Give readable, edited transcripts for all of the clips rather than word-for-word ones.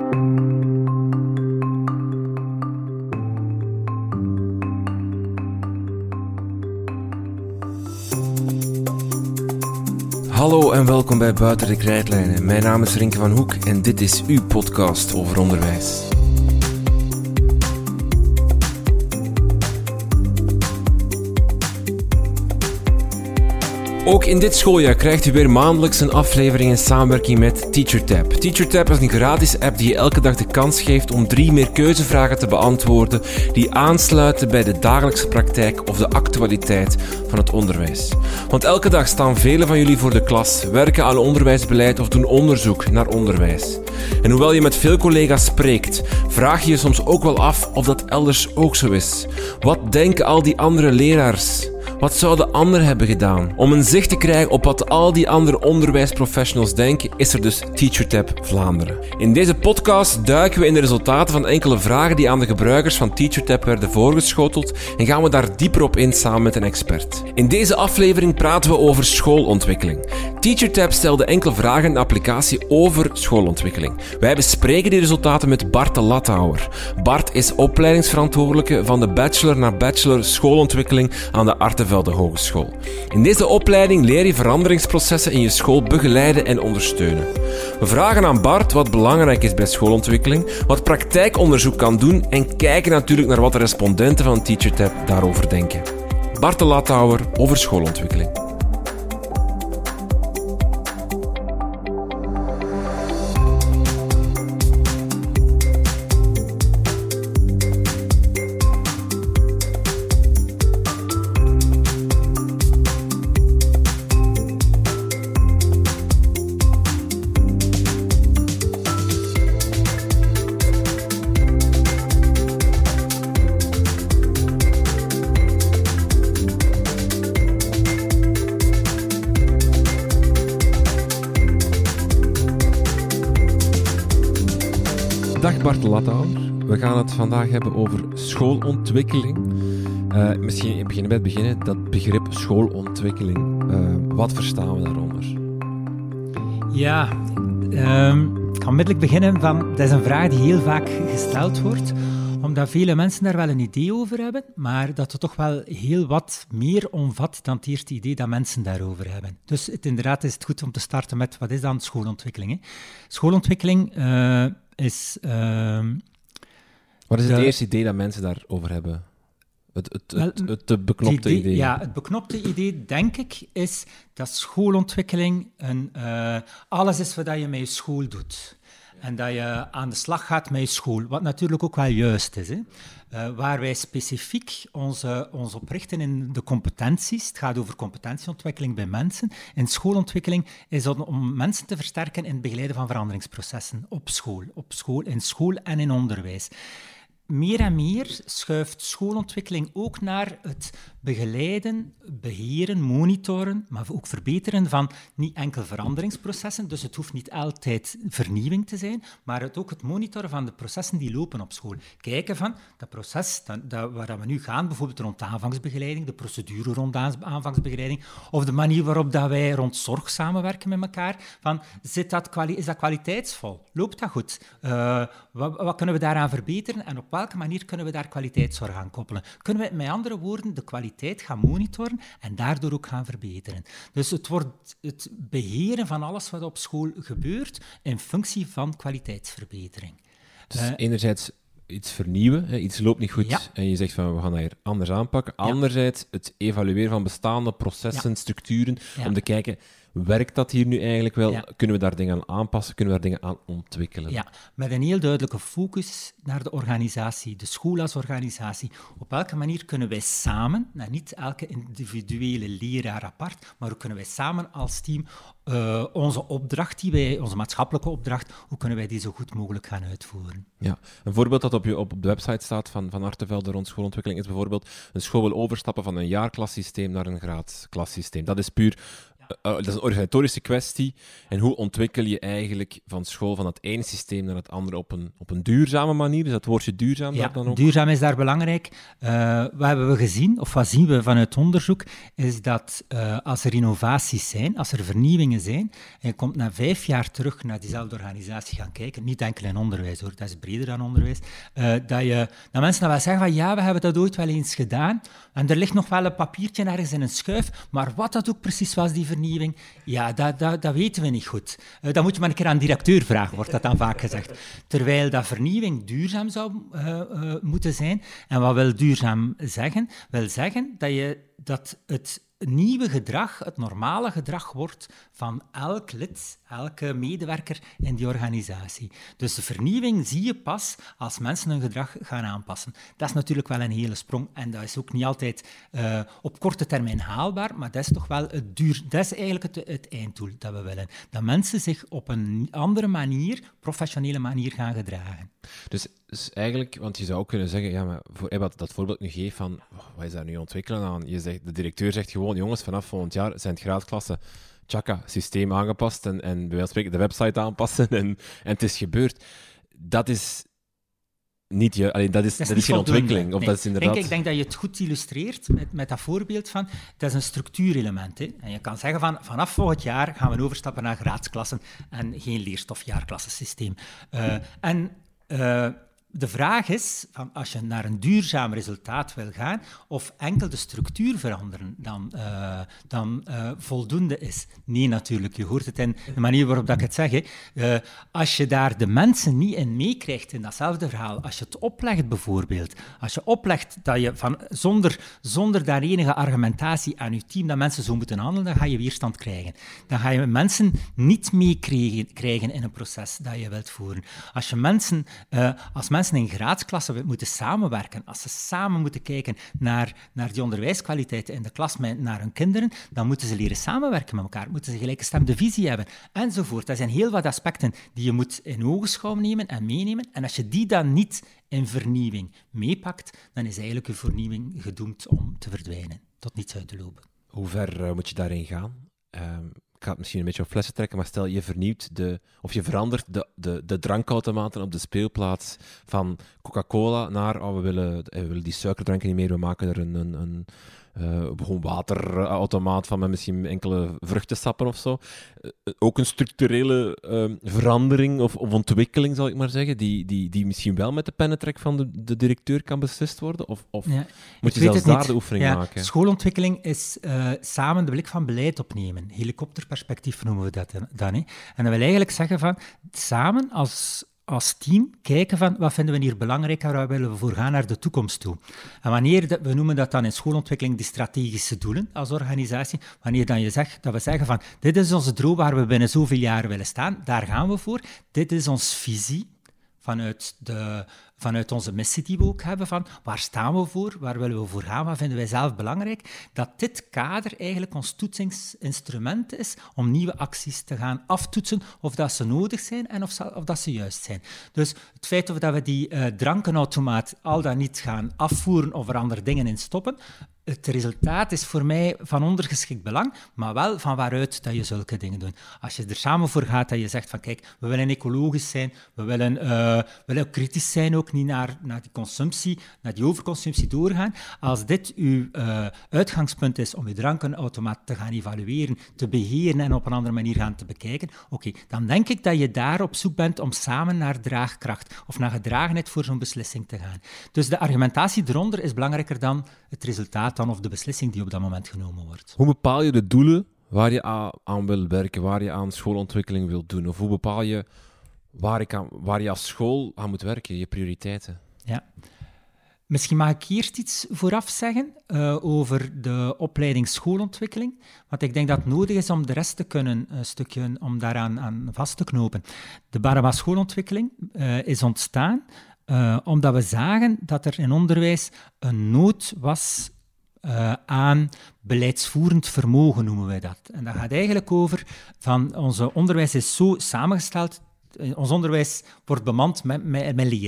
Hallo en welkom bij Buiten de Krijtlijnen. Mijn naam is Rinke van Hoek en dit is uw podcast over onderwijs. Ook in dit schooljaar krijgt u weer maandelijks een aflevering in samenwerking met TeacherTap. TeacherTap is een gratis app die je elke dag de kans geeft om 3 meerkeuzevragen te beantwoorden die aansluiten bij de dagelijkse praktijk of de actualiteit van het onderwijs. Want elke dag staan velen van jullie voor de klas, werken aan onderwijsbeleid of doen onderzoek naar onderwijs. En hoewel je met veel collega's spreekt, vraag je je soms ook wel af of dat elders ook zo is. Wat denken al die andere leraars? Wat zouden anderen hebben gedaan? Om een zicht te krijgen op wat al die andere onderwijsprofessionals denken, is er dus TeacherTap Vlaanderen. In deze podcast duiken we in de resultaten van enkele vragen die aan de gebruikers van TeacherTap werden voorgeschoteld en gaan we daar dieper op in samen met een expert. In deze aflevering praten we over schoolontwikkeling. TeacherTap stelde enkele vragen in de applicatie over schoolontwikkeling. Wij bespreken die resultaten met Bart de Lathouwer. Bart is opleidingsverantwoordelijke van de bachelor naar bachelor schoolontwikkeling aan de Artevelde Hogeschool. In deze opleiding leer je veranderingsprocessen in je school begeleiden en ondersteunen. We vragen aan Bart wat belangrijk is bij schoolontwikkeling, wat praktijkonderzoek kan doen en kijken natuurlijk naar wat de respondenten van TeacherTap daarover denken. Bart de Lathouwer over schoolontwikkeling. Dag Bart de Lathouwer. We gaan het vandaag hebben over schoolontwikkeling. Misschien beginnen bij het begin, dat begrip schoolontwikkeling. Wat verstaan we daaronder? Ja, ik ga onmiddellijk beginnen van... Dat is een vraag die heel vaak gesteld wordt, omdat vele mensen daar wel een idee over hebben, maar dat het toch wel heel wat meer omvat dan het eerste idee dat mensen daarover hebben. Dus inderdaad is het goed om te starten met wat is dan schoolontwikkeling? Hè? Schoolontwikkeling is... Wat is het eerste idee dat mensen daarover hebben? Het beknopte idee? Ja, het beknopte idee, denk ik, is dat schoolontwikkeling alles is wat je met je school doet. En dat je aan de slag gaat met je school, wat natuurlijk ook wel juist is. Hè? Waar wij specifiek ons op richten in de competenties, het gaat over competentieontwikkeling bij mensen. In schoolontwikkeling is dat om mensen te versterken in het begeleiden van veranderingsprocessen op school, in school en in onderwijs. Meer en meer schuift schoolontwikkeling ook naar het begeleiden, beheren, monitoren, maar ook verbeteren van niet enkel veranderingsprocessen. Dus het hoeft niet altijd vernieuwing te zijn, maar ook het monitoren van de processen die lopen op school. Kijken van dat proces waar we nu gaan, bijvoorbeeld rond aanvangsbegeleiding, de procedure rond aanvangsbegeleiding, of de manier waarop dat wij rond zorg samenwerken met elkaar. Van, is dat kwaliteitsvol? Loopt dat goed? Wat kunnen we daaraan verbeteren en op welke manier kunnen we daar kwaliteitszorg aan koppelen? Kunnen we met andere woorden de kwaliteit gaan monitoren en daardoor ook gaan verbeteren? Dus het wordt het beheren van alles wat op school gebeurt in functie van kwaliteitsverbetering. Dus enerzijds iets vernieuwen, iets loopt niet goed en je zegt van we gaan dat hier anders aanpakken. Anderzijds het evalueren van bestaande processen, structuren, om te kijken, werkt dat hier nu eigenlijk wel? Ja. Kunnen we daar dingen aan aanpassen? Kunnen we daar dingen aan ontwikkelen? Ja, met een heel duidelijke focus naar de organisatie, de school als organisatie. Op welke manier kunnen wij samen, nou niet elke individuele leraar apart, maar hoe kunnen wij samen als team onze opdracht, onze maatschappelijke opdracht, hoe kunnen wij die zo goed mogelijk gaan uitvoeren? Ja, een voorbeeld dat op de website staat van Artevelde rond schoolontwikkeling is bijvoorbeeld een school wil overstappen van een jaarklassysteem naar een graadklassysteem. Dat is puur Dat is een organisatorische kwestie. En hoe ontwikkel je eigenlijk van school van het ene systeem naar het andere op een duurzame manier? Is dat woordje duurzaam daar dan ook? Duurzaam is daar belangrijk. Wat hebben we gezien, of wat zien we vanuit onderzoek, is dat als er innovaties zijn, als er vernieuwingen zijn, en je komt na 5 jaar terug naar diezelfde organisatie gaan kijken, niet enkel in onderwijs hoor, dat is breder dan onderwijs, dat mensen dan wel zeggen van ja, we hebben dat ooit wel eens gedaan, en er ligt nog wel een papiertje ergens in een schuif, maar wat dat ook precies was, die vernieuwing, ja, dat weten we niet goed. Dat moet je maar een keer aan de directeur vragen, wordt dat dan vaak gezegd. Terwijl dat vernieuwing duurzaam zou moeten zijn. En wat wil duurzaam zeggen? Wil zeggen dat het nieuwe gedrag, het normale gedrag wordt van elk lid, elke medewerker in die organisatie. Dus de vernieuwing zie je pas als mensen hun gedrag gaan aanpassen. Dat is natuurlijk wel een hele sprong en dat is ook niet altijd op korte termijn haalbaar, maar dat is toch wel dat is eigenlijk het einddoel dat we willen. Dat mensen zich op een andere manier, professionele manier gaan gedragen. Dus eigenlijk, want je zou ook kunnen zeggen, ja, maar wat dat voorbeeld nu geeft van, wat is daar nu ontwikkelen aan? De directeur zegt gewoon, jongens, vanaf volgend jaar zijn het graadklassen, tjaka, systeem aangepast en bij wijze van spreken de website aanpassen en het is gebeurd. Dat is niet dat is geen ontwikkeling. Of nee. Dat is inderdaad... Ik denk dat je het goed illustreert met dat voorbeeld van, dat is een structuurelement. Hè. En je kan zeggen vanaf volgend jaar gaan we overstappen naar graadsklassen en geen leerstofjaarklassensysteem. De vraag is, als je naar een duurzaam resultaat wil gaan, of enkel de structuur veranderen dan voldoende is. Nee, natuurlijk. Je hoort het in de manier waarop ik het zeg. Als je daar de mensen niet in meekrijgt in datzelfde verhaal, als je het oplegt bijvoorbeeld, als je oplegt dat je zonder daar enige argumentatie aan je team dat mensen zo moeten handelen, dan ga je weerstand krijgen. Dan ga je mensen niet meekrijgen in een proces dat je wilt voeren. Als mensen in graadsklassen moeten samenwerken, als ze samen moeten kijken naar die onderwijskwaliteiten in de klas naar hun kinderen, dan moeten ze leren samenwerken met elkaar, moeten ze gelijkgestemde visie hebben, enzovoort. Dat zijn heel wat aspecten die je moet in ogenschouw nemen en meenemen. En als je die dan niet in vernieuwing meepakt, dan is eigenlijk je vernieuwing gedoemd om te verdwijnen, tot niets uit te lopen. Hoe ver moet je daarin gaan? Ik ga het misschien een beetje op flessen trekken, maar stel je vernieuwt je verandert de drankautomaten op de speelplaats van Coca-Cola naar we willen die suikerdranken niet meer, we maken er een gewoon waterautomaat van met misschien enkele vruchtensappen of zo. Ook een structurele verandering of ontwikkeling, zal ik maar zeggen, die misschien wel met de pennetrek van de directeur kan beslist worden? Of moet je zelfs daar de oefening maken? Schoolontwikkeling is samen de blik van beleid opnemen. Helikopterperspectief noemen we dat dan. Hè. En dat wil eigenlijk zeggen van samen als team kijken van wat vinden we hier belangrijk en waar willen we voor gaan naar de toekomst toe. En we noemen dat dan in schoolontwikkeling de strategische doelen als organisatie, wanneer dan dat we zeggen van dit is onze droom waar we binnen zoveel jaar willen staan, daar gaan we voor, dit is onze visie vanuit onze missie die we ook hebben, van waar staan we voor, waar willen we voor gaan, wat vinden wij zelf belangrijk, dat dit kader eigenlijk ons toetsingsinstrument is om nieuwe acties te gaan aftoetsen, of dat ze nodig zijn en of dat ze juist zijn. Dus het feit dat we die drankenautomaat al dan niet gaan afvoeren of er andere dingen in stoppen, het resultaat is voor mij van ondergeschikt belang, maar wel van waaruit dat je zulke dingen doet. Als je er samen voor gaat dat je zegt van kijk, we willen ecologisch zijn, we willen kritisch zijn, ook niet naar die consumptie, naar die overconsumptie doorgaan. Als dit uw uitgangspunt is om je drankenautomaat te gaan evalueren, te beheren en op een andere manier gaan te bekijken, dan denk ik dat je daar op zoek bent om samen naar draagkracht of naar gedragenheid voor zo'n beslissing te gaan. Dus de argumentatie eronder is belangrijker dan het resultaat of de beslissing die op dat moment genomen wordt. Hoe bepaal je de doelen waar je aan wil werken, waar je aan schoolontwikkeling wilt doen? Of hoe bepaal je waar je als school aan moet werken, je prioriteiten? Ja. Misschien mag ik eerst iets vooraf zeggen over de opleiding schoolontwikkeling, want ik denk dat het nodig is om de rest te kunnen, een stukje om daaraan aan vast te knopen. De Baraba schoolontwikkeling is ontstaan omdat we zagen dat er in onderwijs een nood was aan beleidsvoerend vermogen, noemen wij dat. En dat gaat eigenlijk over van onze onderwijs is zo samengesteld, ons onderwijs wordt bemand met leraren.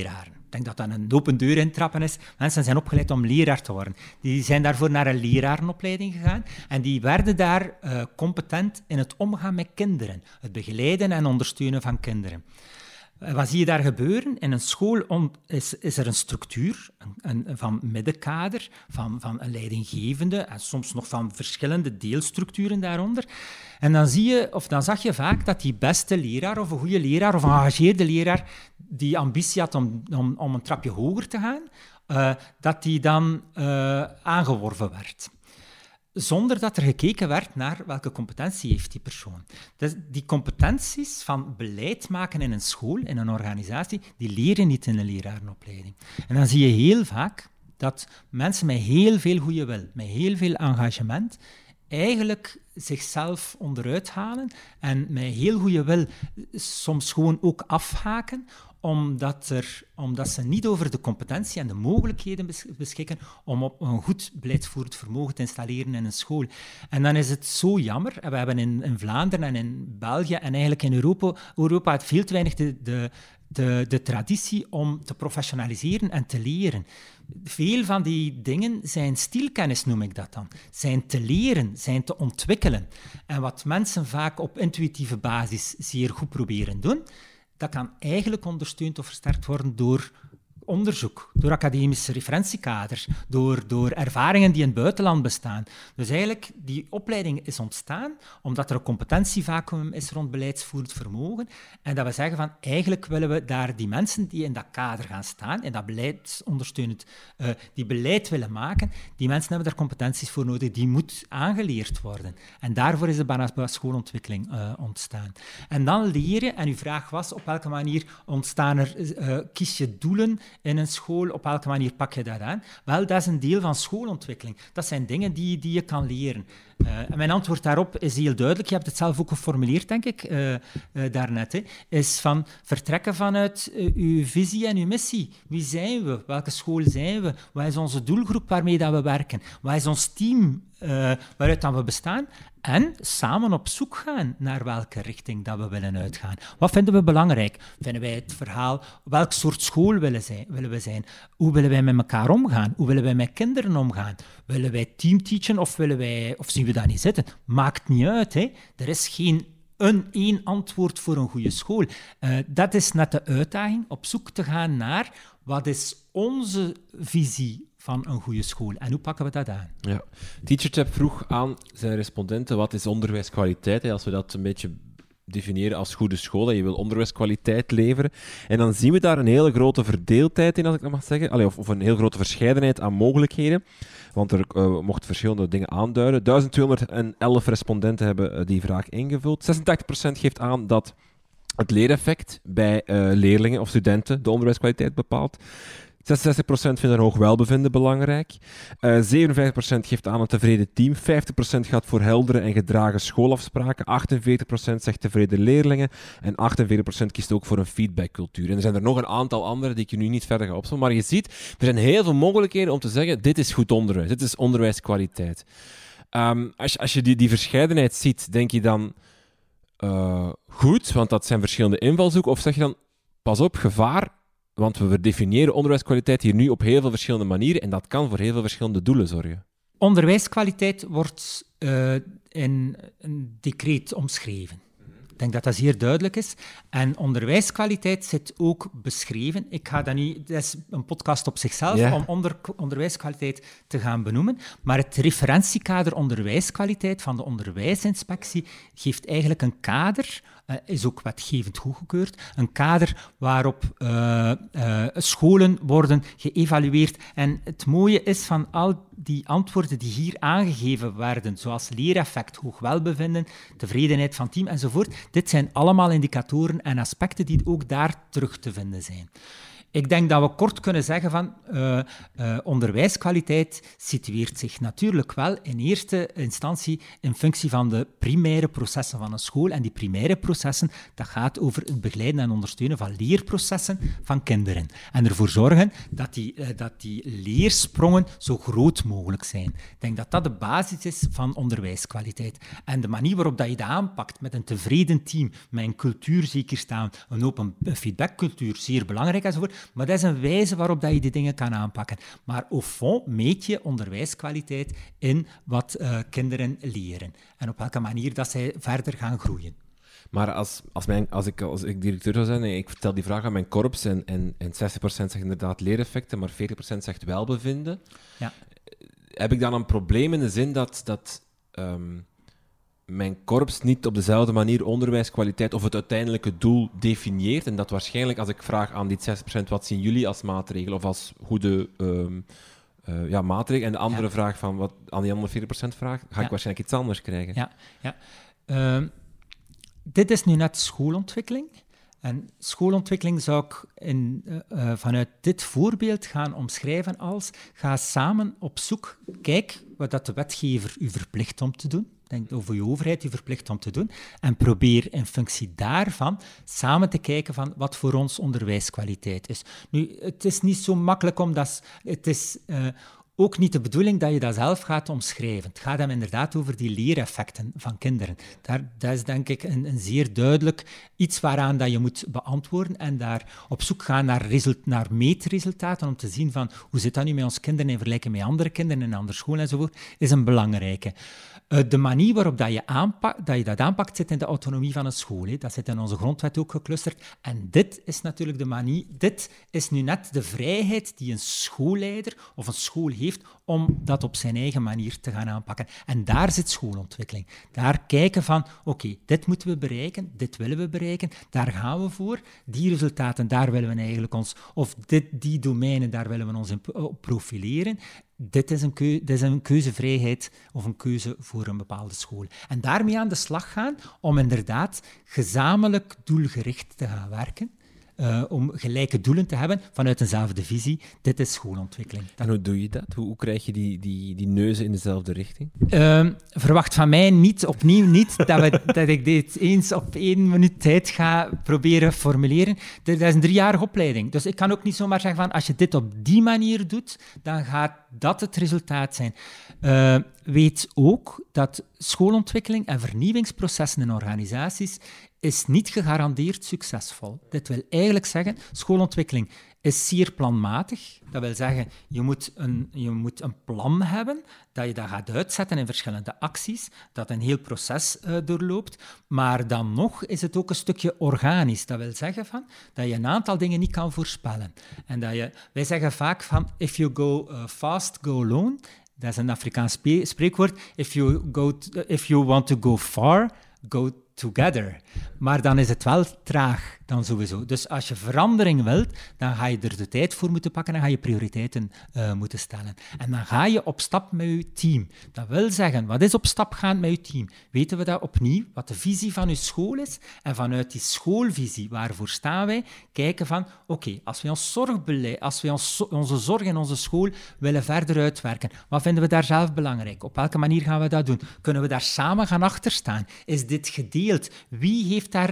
denk dat dat een open deur intrappen is. Mensen zijn opgeleid om leraar te worden. Die zijn daarvoor naar een lerarenopleiding gegaan en die werden daar competent in het omgaan met kinderen. Het begeleiden en ondersteunen van kinderen. Wat zie je daar gebeuren? In een school is er een structuur van middenkader, van een leidinggevende en soms nog van verschillende deelstructuren daaronder. En dan zag je vaak dat die beste leraar of een goede leraar of een engageerde leraar die ambitie had om een trapje hoger te gaan, dat die dan aangeworven werd. Zonder dat er gekeken werd naar welke competentie heeft die persoon. Dus die competenties van beleid maken in een school, in een organisatie, die leren niet in een lerarenopleiding. En dan zie je heel vaak dat mensen met heel veel goede wil, met heel veel engagement, eigenlijk zichzelf onderuit halen en met heel goede wil soms gewoon ook afhaken, omdat ze niet over de competentie en de mogelijkheden beschikken om op een goed beleidsvoerend vermogen te installeren in een school. En dan is het zo jammer. We hebben in Vlaanderen en in België en eigenlijk in Europa veel te weinig de traditie om te professionaliseren en te leren. Veel van die dingen zijn stielkennis, noem ik dat dan. Zijn te leren, zijn te ontwikkelen. En wat mensen vaak op intuïtieve basis zeer goed proberen doen, dat kan eigenlijk ondersteund of versterkt worden door onderzoek, door academische referentiekaders, door ervaringen die in het buitenland bestaan. Dus eigenlijk, die opleiding is ontstaan omdat er een competentievacuüm is rond beleidsvoerend vermogen en dat we zeggen van, eigenlijk willen we daar die mensen die in dat kader gaan staan, in dat beleidsondersteunend, die beleid willen maken, die mensen hebben daar competenties voor nodig, die moet aangeleerd worden. En daarvoor is de Barnabas schoolontwikkeling ontstaan. En dan leren, en uw vraag was, op welke manier ontstaan kies je doelen in een school, op welke manier pak je dat aan? Wel, dat is een deel van schoolontwikkeling. Dat zijn dingen die je kan leren. En mijn antwoord daarop is heel duidelijk. Je hebt het zelf ook geformuleerd, denk ik, daarnet. Hè. Is van vertrekken vanuit uw visie en uw missie. Wie zijn we? Welke school zijn we? Wat is onze doelgroep waarmee dat we werken? Wat is ons team waaruit dat we bestaan? En samen op zoek gaan naar welke richting dat we willen uitgaan. Wat vinden we belangrijk? Vinden wij het verhaal, welk soort school willen we zijn? Hoe willen wij met elkaar omgaan? Hoe willen wij met kinderen omgaan? Willen wij teamteachen of zien we dat niet zitten? Maakt niet uit. Hè? Er is geen één antwoord voor een goede school. Dat is net de uitdaging, op zoek te gaan naar wat is onze visie van een goede school. En hoe pakken we dat aan? Ja. TeacherTap vroeg aan zijn respondenten, wat is onderwijskwaliteit? Als we dat een beetje definiëren als goede school, dat je wil onderwijskwaliteit leveren. En dan zien we daar een hele grote verdeeldheid in, als ik dat mag zeggen. Of een heel grote verscheidenheid aan mogelijkheden. Want er mochten verschillende dingen aanduiden. 1211 respondenten hebben die vraag ingevuld. 86% geeft aan dat het leereffect bij leerlingen of studenten de onderwijskwaliteit bepaalt. 66% vindt een hoog welbevinden belangrijk. 57% geeft aan een tevreden team. 50% gaat voor heldere en gedragen schoolafspraken. 48% zegt tevreden leerlingen. En 48% kiest ook voor een feedbackcultuur. En er zijn er nog een aantal andere die ik je nu niet verder ga opzommen. Maar je ziet, er zijn heel veel mogelijkheden om te zeggen, dit is goed onderwijs. Dit is onderwijskwaliteit. Als je die verscheidenheid ziet, denk je dan goed, want dat zijn verschillende invalshoeken. Of zeg je dan, pas op, gevaar. Want we definiëren onderwijskwaliteit hier nu op heel veel verschillende manieren en dat kan voor heel veel verschillende doelen zorgen. Onderwijskwaliteit wordt in een decreet omschreven. Ik denk dat dat zeer duidelijk is. En onderwijskwaliteit zit ook beschreven. Ik ga dat niet... Dat is een podcast op zichzelf om onderwijskwaliteit te gaan benoemen. Maar het referentiekader onderwijskwaliteit van de onderwijsinspectie geeft eigenlijk een kader, is ook wetgevend goedgekeurd, een kader waarop scholen worden geëvalueerd. En het mooie is van al die antwoorden die hier aangegeven werden, zoals leereffect, hoog welbevinden, tevredenheid van team enzovoort, dit zijn allemaal indicatoren en aspecten die ook daar terug te vinden zijn. Ik denk dat we kort kunnen zeggen van onderwijskwaliteit situeert zich natuurlijk wel in eerste instantie in functie van de primaire processen van een school. En die primaire processen, dat gaat over het begeleiden en ondersteunen van leerprocessen van kinderen. En ervoor zorgen dat die leersprongen zo groot mogelijk zijn. Ik denk dat dat de basis is van onderwijskwaliteit. En de manier waarop dat je dat aanpakt, met een tevreden team, met een cultuur zeker staan, een open feedbackcultuur, zeer belangrijk enzovoort, Maar dat is een wijze waarop dat je die dingen kan aanpakken. Maar au fond meet je onderwijskwaliteit in wat kinderen leren. En op welke manier dat zij verder gaan groeien. Maar als ik directeur zou zijn en ik vertel die vraag aan mijn korps en 60% zegt inderdaad leereffecten, maar 40% zegt welbevinden, Ja. Heb ik dan een probleem in de zin dat mijn korps niet op dezelfde manier onderwijskwaliteit of het uiteindelijke doel definieert en dat waarschijnlijk als ik vraag aan die 60% wat zien jullie als maatregel of als goede maatregel en de andere vraag van wat aan die andere 40% vraag, ga ik waarschijnlijk iets anders krijgen. Ja. Dit is nu net schoolontwikkeling. En schoolontwikkeling zou ik vanuit dit voorbeeld gaan omschrijven als ga samen op zoek, kijk wat dat de wetgever u verplicht om te doen, denk over je overheid u verplicht om te doen, en probeer in functie daarvan samen te kijken van wat voor ons onderwijskwaliteit is. Nu, het is niet zo makkelijk omdat het is ook niet de bedoeling dat je dat zelf gaat omschrijven. Het gaat hem inderdaad over die leereffecten van kinderen. Dat is denk ik een zeer duidelijk iets waaraan dat je moet beantwoorden en daar op zoek gaan naar meetresultaten om te zien van hoe zit dat nu met ons kinderen in vergelijking met andere kinderen in andere scholen enzovoort, is een belangrijke. De manier waarop dat je dat aanpakt zit in de autonomie van een school. Hè. Dat zit in onze grondwet ook geclusterd. En dit is natuurlijk de manier, dit is nu net de vrijheid die een schoolleider of een school heeft om dat op zijn eigen manier te gaan aanpakken. En daar zit schoolontwikkeling. Daar kijken van, oké, dit moeten we bereiken, dit willen we bereiken, daar gaan we voor. Die resultaten, daar willen we eigenlijk of die domeinen, daar willen we ons in profileren. Dit is een keuzevrijheid of een keuze voor een bepaalde school. En daarmee aan de slag gaan om inderdaad gezamenlijk doelgericht te gaan werken. Om gelijke doelen te hebben vanuit eenzelfde visie. Dit is schoolontwikkeling. En hoe doe je dat? Hoe krijg je die neuzen in dezelfde richting? Verwacht van mij opnieuw niet dat ik dit eens op 1 minuut tijd ga proberen formuleren. Dat is een 3-jarige opleiding. Dus ik kan ook niet zomaar zeggen van als je dit op die manier doet, dan gaat dat het resultaat zijn. Weet ook dat schoolontwikkeling en vernieuwingsprocessen in organisaties is niet gegarandeerd succesvol. Dit wil eigenlijk zeggen, schoolontwikkeling is zeer planmatig. Dat wil zeggen, je moet een plan hebben, dat je dat gaat uitzetten in verschillende acties, dat een heel proces doorloopt. Maar dan nog is het ook een stukje organisch. Dat wil zeggen dat je een aantal dingen niet kan voorspellen. En wij zeggen vaak van, if you go fast, go alone. Dat is een Afrikaans spreekwoord. If you want to go far, go together. Maar dan is het wel traag, dan sowieso. Dus als je verandering wilt, dan ga je er de tijd voor moeten pakken en ga je prioriteiten moeten stellen. En dan ga je op stap met je team. Dat wil zeggen, wat is op stap gaan met je team? Weten we dat opnieuw, wat de visie van je school is? En vanuit die schoolvisie, waarvoor staan wij? Kijken van, oké, als we ons zorgbeleid, als we onze zorg in onze school willen verder uitwerken, wat vinden we daar zelf belangrijk? Op welke manier gaan we dat doen? Kunnen we daar samen gaan achterstaan? Is dit gedeeld? Wie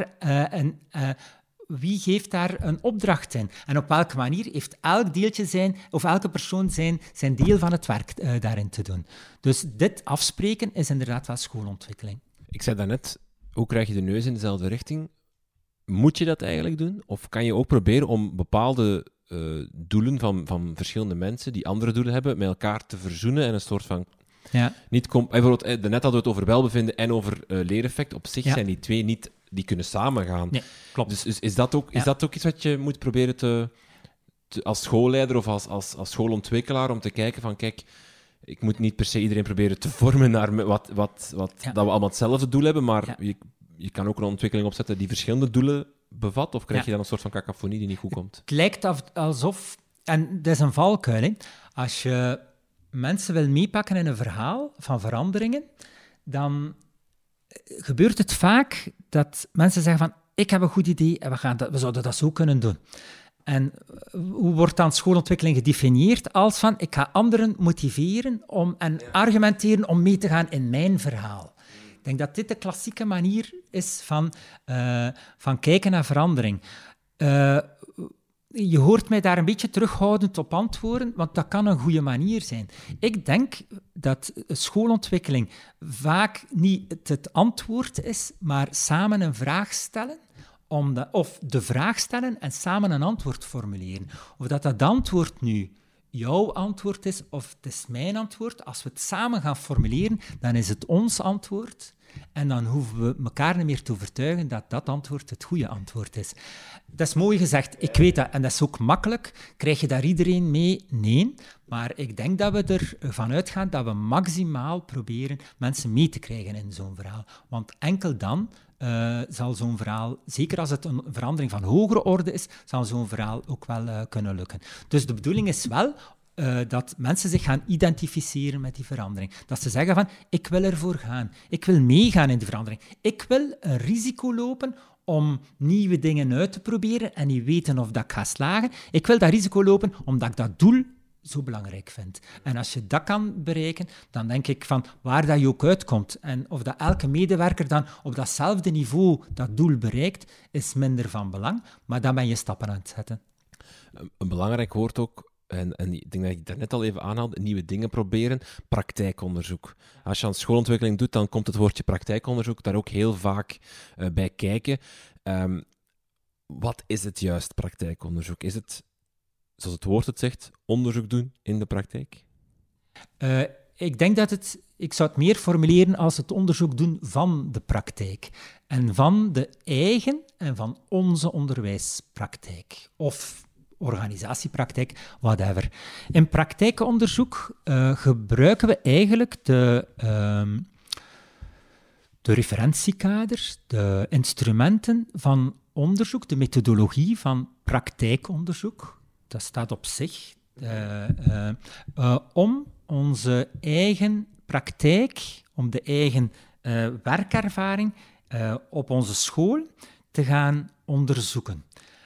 geeft daar een opdracht in? En op welke manier heeft elk deeltje elke persoon zijn deel van het werk daarin te doen? Dus dit afspreken is inderdaad wel schoolontwikkeling. Ik zei daarnet, hoe krijg je de neus in dezelfde richting? Moet je dat eigenlijk doen? Of kan je ook proberen om bepaalde doelen van verschillende mensen die andere doelen hebben, met elkaar te verzoenen en een soort van... Ja. Bijvoorbeeld, net hadden we het over welbevinden en over leereffect. Op zich zijn die twee niet... Die kunnen samengaan. Nee, klopt. Dus is dat ook iets wat je moet proberen als schoolleider of als schoolontwikkelaar, om te kijken van, kijk, ik moet niet per se iedereen proberen te vormen naar wat dat we allemaal hetzelfde doel hebben, maar je kan ook een ontwikkeling opzetten die verschillende doelen bevat, of krijg je dan een soort van cacophonie die niet goed komt? Het lijkt alsof... En dat is een valkuil, hè. Als je mensen wil meepakken in een verhaal van veranderingen, dan gebeurt het vaak dat mensen zeggen van, ik heb een goed idee en we zouden dat zo kunnen doen. En hoe wordt dan schoolontwikkeling gedefinieerd? Als van, ik ga anderen motiveren en argumenteren om mee te gaan in mijn verhaal. Ik denk dat dit de klassieke manier is van kijken naar verandering. Je hoort mij daar een beetje terughoudend op antwoorden, want dat kan een goede manier zijn. Ik denk dat schoolontwikkeling vaak niet het antwoord is, maar samen een vraag stellen of de vraag stellen en samen een antwoord formuleren. Of dat antwoord nu jouw antwoord is of het is mijn antwoord. Als we het samen gaan formuleren, dan is het ons antwoord. En dan hoeven we elkaar niet meer te overtuigen dat dat antwoord het goede antwoord is. Dat is mooi gezegd, ik weet dat. En dat is ook makkelijk. Krijg je daar iedereen mee? Nee. Maar ik denk dat we ervan uitgaan dat we maximaal proberen mensen mee te krijgen in zo'n verhaal. Want enkel dan zal zo'n verhaal, zeker als het een verandering van hogere orde is, zal zo'n verhaal ook wel kunnen lukken. Dus de bedoeling is wel dat mensen zich gaan identificeren met die verandering. Dat ze zeggen van, ik wil ervoor gaan. Ik wil meegaan in die verandering. Ik wil een risico lopen om nieuwe dingen uit te proberen en niet weten of dat ik ga slagen. Ik wil dat risico lopen omdat ik dat doel zo belangrijk vind. En als je dat kan bereiken, dan denk ik van waar dat je ook uitkomt en of dat elke medewerker dan op datzelfde niveau dat doel bereikt, is minder van belang, maar dan ben je stappen aan het zetten. Een belangrijk woord ook, en ik denk dat ik daarnet al even aanhaalde, nieuwe dingen proberen, praktijkonderzoek. Als je aan schoolontwikkeling doet, dan komt het woordje praktijkonderzoek daar ook heel vaak bij kijken. Wat is het juist, praktijkonderzoek? Is het, zoals het woord het zegt, onderzoek doen in de praktijk? Ik denk dat ik zou het meer formuleren als het onderzoek doen van de praktijk. En van de eigen en van onze onderwijspraktijk. Of organisatiepraktijk, whatever. In praktijkonderzoek gebruiken we eigenlijk de referentiekaders, de instrumenten van onderzoek, de methodologie van praktijkonderzoek. Dat staat op zich. Om onze eigen praktijk, om de eigen werkervaring op onze school te gaan onderzoeken.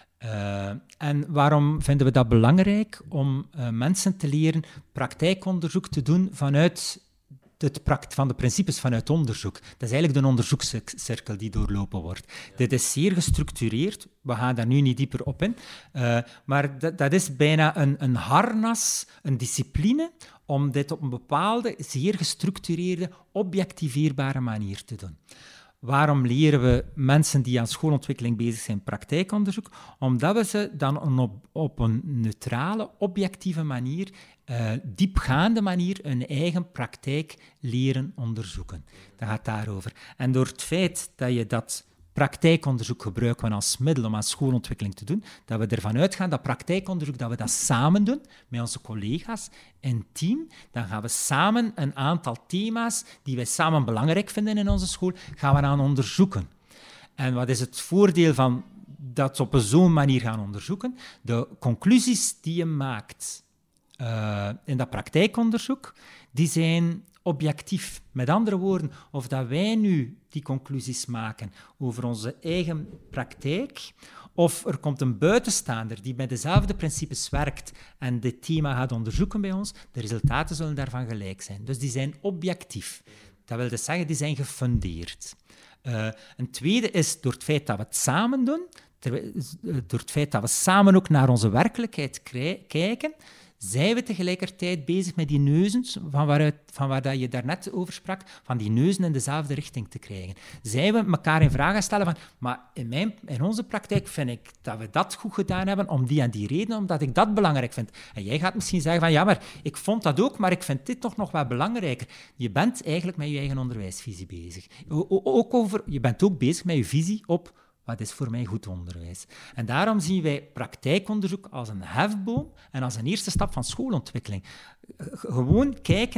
En waarom vinden we dat belangrijk? Om mensen te leren praktijkonderzoek te doen vanuit van de principes vanuit onderzoek. Dat is eigenlijk de onderzoekscirkel die doorlopen wordt. Dit is zeer gestructureerd. We gaan daar nu niet dieper op in. Maar dat is bijna een harnas, een discipline, om dit op een bepaalde, zeer gestructureerde, objectiveerbare manier te doen. Waarom leren we mensen die aan schoolontwikkeling bezig zijn praktijkonderzoek? Omdat we ze dan op een neutrale, objectieve manier, diepgaande manier, hun eigen praktijk leren onderzoeken. Dat gaat daarover. En door het feit dat je dat praktijkonderzoek gebruiken we als middel om aan schoolontwikkeling te doen, dat we ervan uitgaan dat praktijkonderzoek, dat we dat samen doen met onze collega's in team, dan gaan we samen een aantal thema's die wij samen belangrijk vinden in onze school, gaan we aan onderzoeken. En wat is het voordeel van dat op zo'n manier gaan onderzoeken? De conclusies die je maakt in dat praktijkonderzoek, die zijn objectief. Met andere woorden, of dat wij nu die conclusies maken over onze eigen praktijk, of er komt een buitenstaander die met dezelfde principes werkt en dit thema gaat onderzoeken bij ons, de resultaten zullen daarvan gelijk zijn. Dus die zijn objectief. Dat wil dus zeggen, die zijn gefundeerd. Een tweede is door het feit dat we het samen doen, door het feit dat we samen ook naar onze werkelijkheid kijken, zijn we tegelijkertijd bezig met die neuzen, van waar dat je daarnet over sprak, van die neuzen in dezelfde richting te krijgen. Zijn we elkaar in vraag gaan stellen van, maar in onze praktijk vind ik dat we dat goed gedaan hebben om die en die reden, omdat ik dat belangrijk vind. En jij gaat misschien zeggen van, ja, maar ik vond dat ook, maar ik vind dit toch nog wel belangrijker. Je bent eigenlijk met je eigen onderwijsvisie bezig. Je bent ook bezig met je visie op wat is voor mij goed onderwijs. En daarom zien wij praktijkonderzoek als een hefboom en als een eerste stap van schoolontwikkeling. Gewoon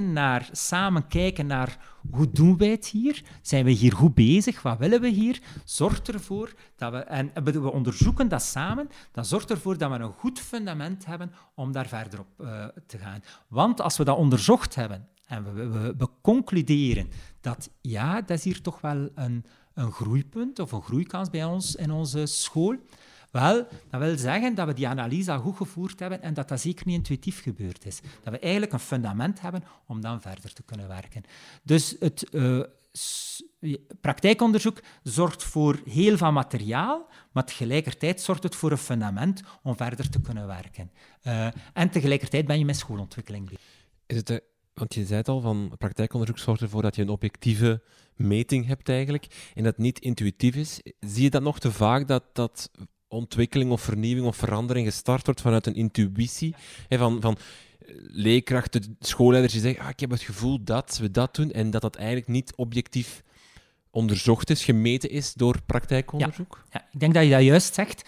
samen kijken naar hoe doen wij het hier? Zijn we hier goed bezig? Wat willen we hier? Zorgt ervoor dat we onderzoeken dat samen. Dat zorgt ervoor dat we een goed fundament hebben om daar verder op te gaan. Want als we dat onderzocht hebben en we concluderen dat ja, dat is hier toch wel een groeipunt of een groeikans bij ons in onze school. Wel, dat wil zeggen dat we die analyse al goed gevoerd hebben en dat zeker niet intuïtief gebeurd is. Dat we eigenlijk een fundament hebben om dan verder te kunnen werken. Dus het praktijkonderzoek zorgt voor heel veel materiaal, maar tegelijkertijd zorgt het voor een fundament om verder te kunnen werken. En tegelijkertijd ben je met schoolontwikkeling bezig. Is het Want je zei het al, van praktijkonderzoek zorgt ervoor dat je een objectieve meting hebt eigenlijk en dat het niet intuïtief is. Zie je dat nog te vaak, dat ontwikkeling of vernieuwing of verandering gestart wordt vanuit een intuïtie? Van leerkrachten, schoolleiders die zeggen, ik heb het gevoel dat we dat doen en dat eigenlijk niet objectief onderzocht is, gemeten is door praktijkonderzoek? Ja, ik denk dat je dat juist zegt.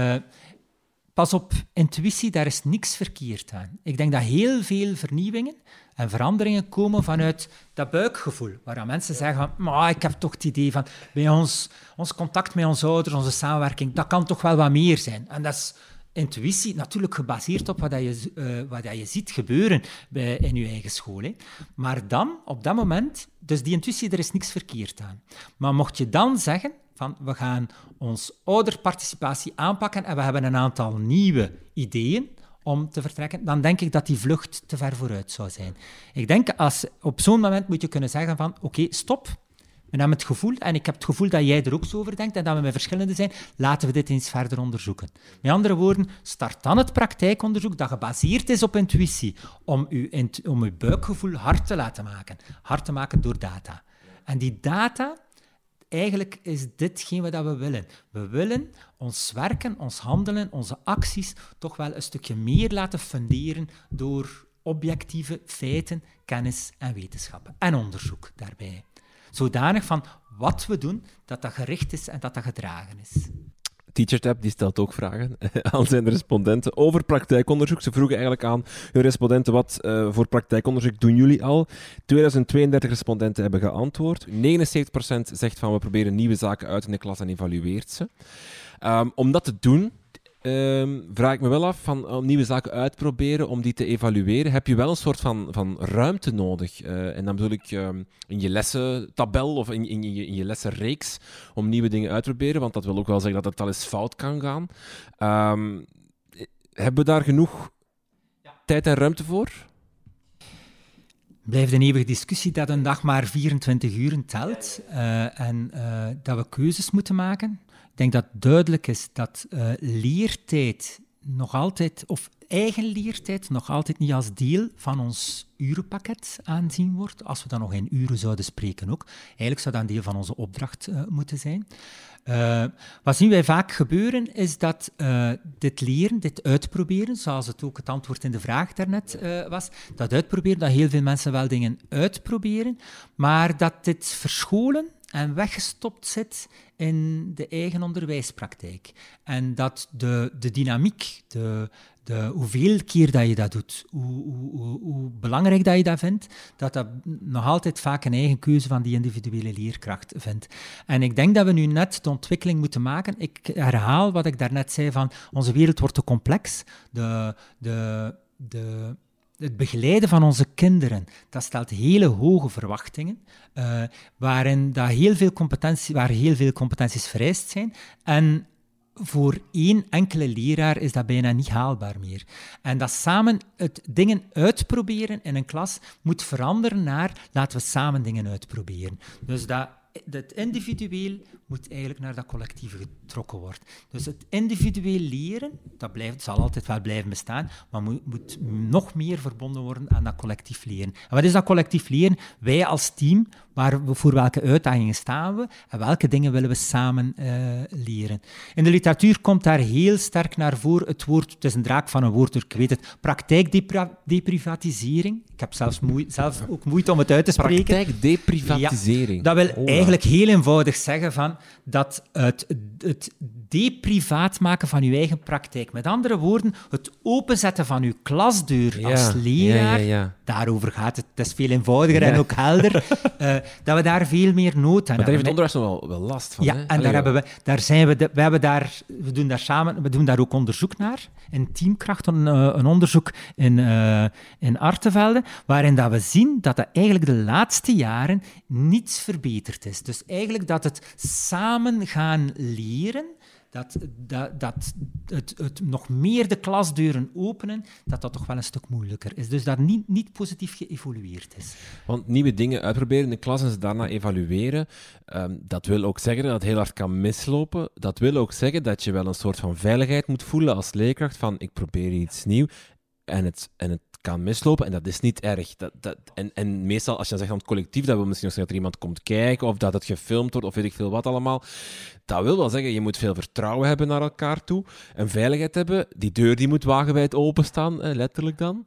Pas op, intuïtie, daar is niks verkeerd aan. Ik denk dat heel veel vernieuwingen en veranderingen komen vanuit dat buikgevoel, waar mensen zeggen van, ik heb toch het idee van, bij ons contact met onze ouders, onze samenwerking, dat kan toch wel wat meer zijn. En dat is intuïtie natuurlijk gebaseerd op wat je ziet gebeuren in je eigen school. Hè. Maar dan, op dat moment, dus die intuïtie, er is niks verkeerd aan. Maar mocht je dan zeggen van, we gaan ons ouderparticipatie aanpakken en we hebben een aantal nieuwe ideeën om te vertrekken, dan denk ik dat die vlucht te ver vooruit zou zijn. Ik denk, op zo'n moment moet je kunnen zeggen van, oké, stop. We hebben het gevoel, en ik heb het gevoel dat jij er ook zo over denkt en dat we met verschillende zijn, laten we dit eens verder onderzoeken. Met andere woorden, start dan het praktijkonderzoek dat gebaseerd is op intuïtie, om uw buikgevoel hard te laten maken. Hard te maken door data. En die data, eigenlijk is ditgene wat we willen. We willen ons werken, ons handelen, onze acties toch wel een stukje meer laten funderen door objectieve feiten, kennis en wetenschappen. En onderzoek daarbij. Zodanig van wat we doen, dat gericht is en dat gedragen is. TeacherTap die stelt ook vragen aan zijn respondenten over praktijkonderzoek. Ze vroegen eigenlijk aan hun respondenten, wat voor praktijkonderzoek doen jullie al? 2032 respondenten hebben geantwoord. 79% zegt van, we proberen nieuwe zaken uit in de klas en evalueert ze. Om dat te doen, vraag ik me wel af, om nieuwe zaken uit te proberen, om die te evalueren, heb je wel een soort van ruimte nodig. En dan bedoel ik in je lessentabel of in je lessenreeks om nieuwe dingen uit te proberen, want dat wil ook wel zeggen dat het al eens fout kan gaan. Hebben we daar genoeg tijd en ruimte voor? Blijft een eeuwige discussie dat een dag maar 24 uur telt en dat we keuzes moeten maken. Ik denk dat duidelijk is dat leertijd nog altijd, of eigen leertijd, nog altijd niet als deel van ons urenpakket aanzien wordt. Als we dan nog in uren zouden spreken ook. Eigenlijk zou dat een deel van onze opdracht moeten zijn. Wat zien wij vaak gebeuren, is dat dit leren, dit uitproberen, zoals het ook het antwoord in de vraag daarnet was, dat uitproberen, dat heel veel mensen wel dingen uitproberen, maar dat dit verscholen en weggestopt zit in de eigen onderwijspraktijk. En dat de dynamiek, hoeveel keer dat je dat doet, hoe belangrijk dat je dat vindt, dat nog altijd vaak een eigen keuze van die individuele leerkracht vindt. En ik denk dat we nu net de ontwikkeling moeten maken. Ik herhaal wat ik daarnet zei van, onze wereld wordt te complex. Het begeleiden van onze kinderen, dat stelt hele hoge verwachtingen, waar heel veel competenties vereist zijn. En voor één enkele leraar is dat bijna niet haalbaar meer. En dat samen het dingen uitproberen in een klas moet veranderen naar laten we samen dingen uitproberen. Dus dat individueel moet eigenlijk naar dat collectieve getrokken worden. Dus het individueel leren, dat zal altijd wel blijven bestaan, maar moet nog meer verbonden worden aan dat collectief leren. En wat is dat collectief leren? Wij als team, voor welke uitdagingen staan we en welke dingen willen we samen leren. In de literatuur komt daar heel sterk naar voren het is een draak van een woord, ik weet het, praktijkdeprivatisering. Ik heb zelf ook moeite om het uit te spreken. Praktijkdeprivatisering. Ja, dat wil eigenlijk heel eenvoudig zeggen van dat het deprivaat maken van uw eigen praktijk. Met andere woorden, het openzetten van uw klasdeur als leraar, daarover gaat het. Het is veel eenvoudiger en ook helder, dat we daar veel meer nood aan hebben. Maar daar heeft het onderwijs nog wel last van. Ja, hè? En we doen daar ook onderzoek naar, in Teamkracht, een onderzoek in Artevelde, waarin dat we zien dat eigenlijk de laatste jaren niets verbeterd is. Dus eigenlijk dat het samen gaan leren, dat het nog meer de klasdeuren openen, dat toch wel een stuk moeilijker is. Dus dat niet positief geëvolueerd is. Want nieuwe dingen uitproberen in de klas en ze daarna evalueren, dat wil ook zeggen dat het heel hard kan mislopen. Dat wil ook zeggen dat je wel een soort van veiligheid moet voelen als leerkracht van ik probeer iets nieuws. En het kan mislopen en dat is niet erg. En meestal, als je dan zegt aan het collectief, dat wil misschien nog zeggen dat er iemand komt kijken of dat het gefilmd wordt of weet ik veel wat allemaal. Dat wil wel zeggen, je moet veel vertrouwen hebben naar elkaar toe en veiligheid hebben. Die deur die moet wagenwijd openstaan, letterlijk dan.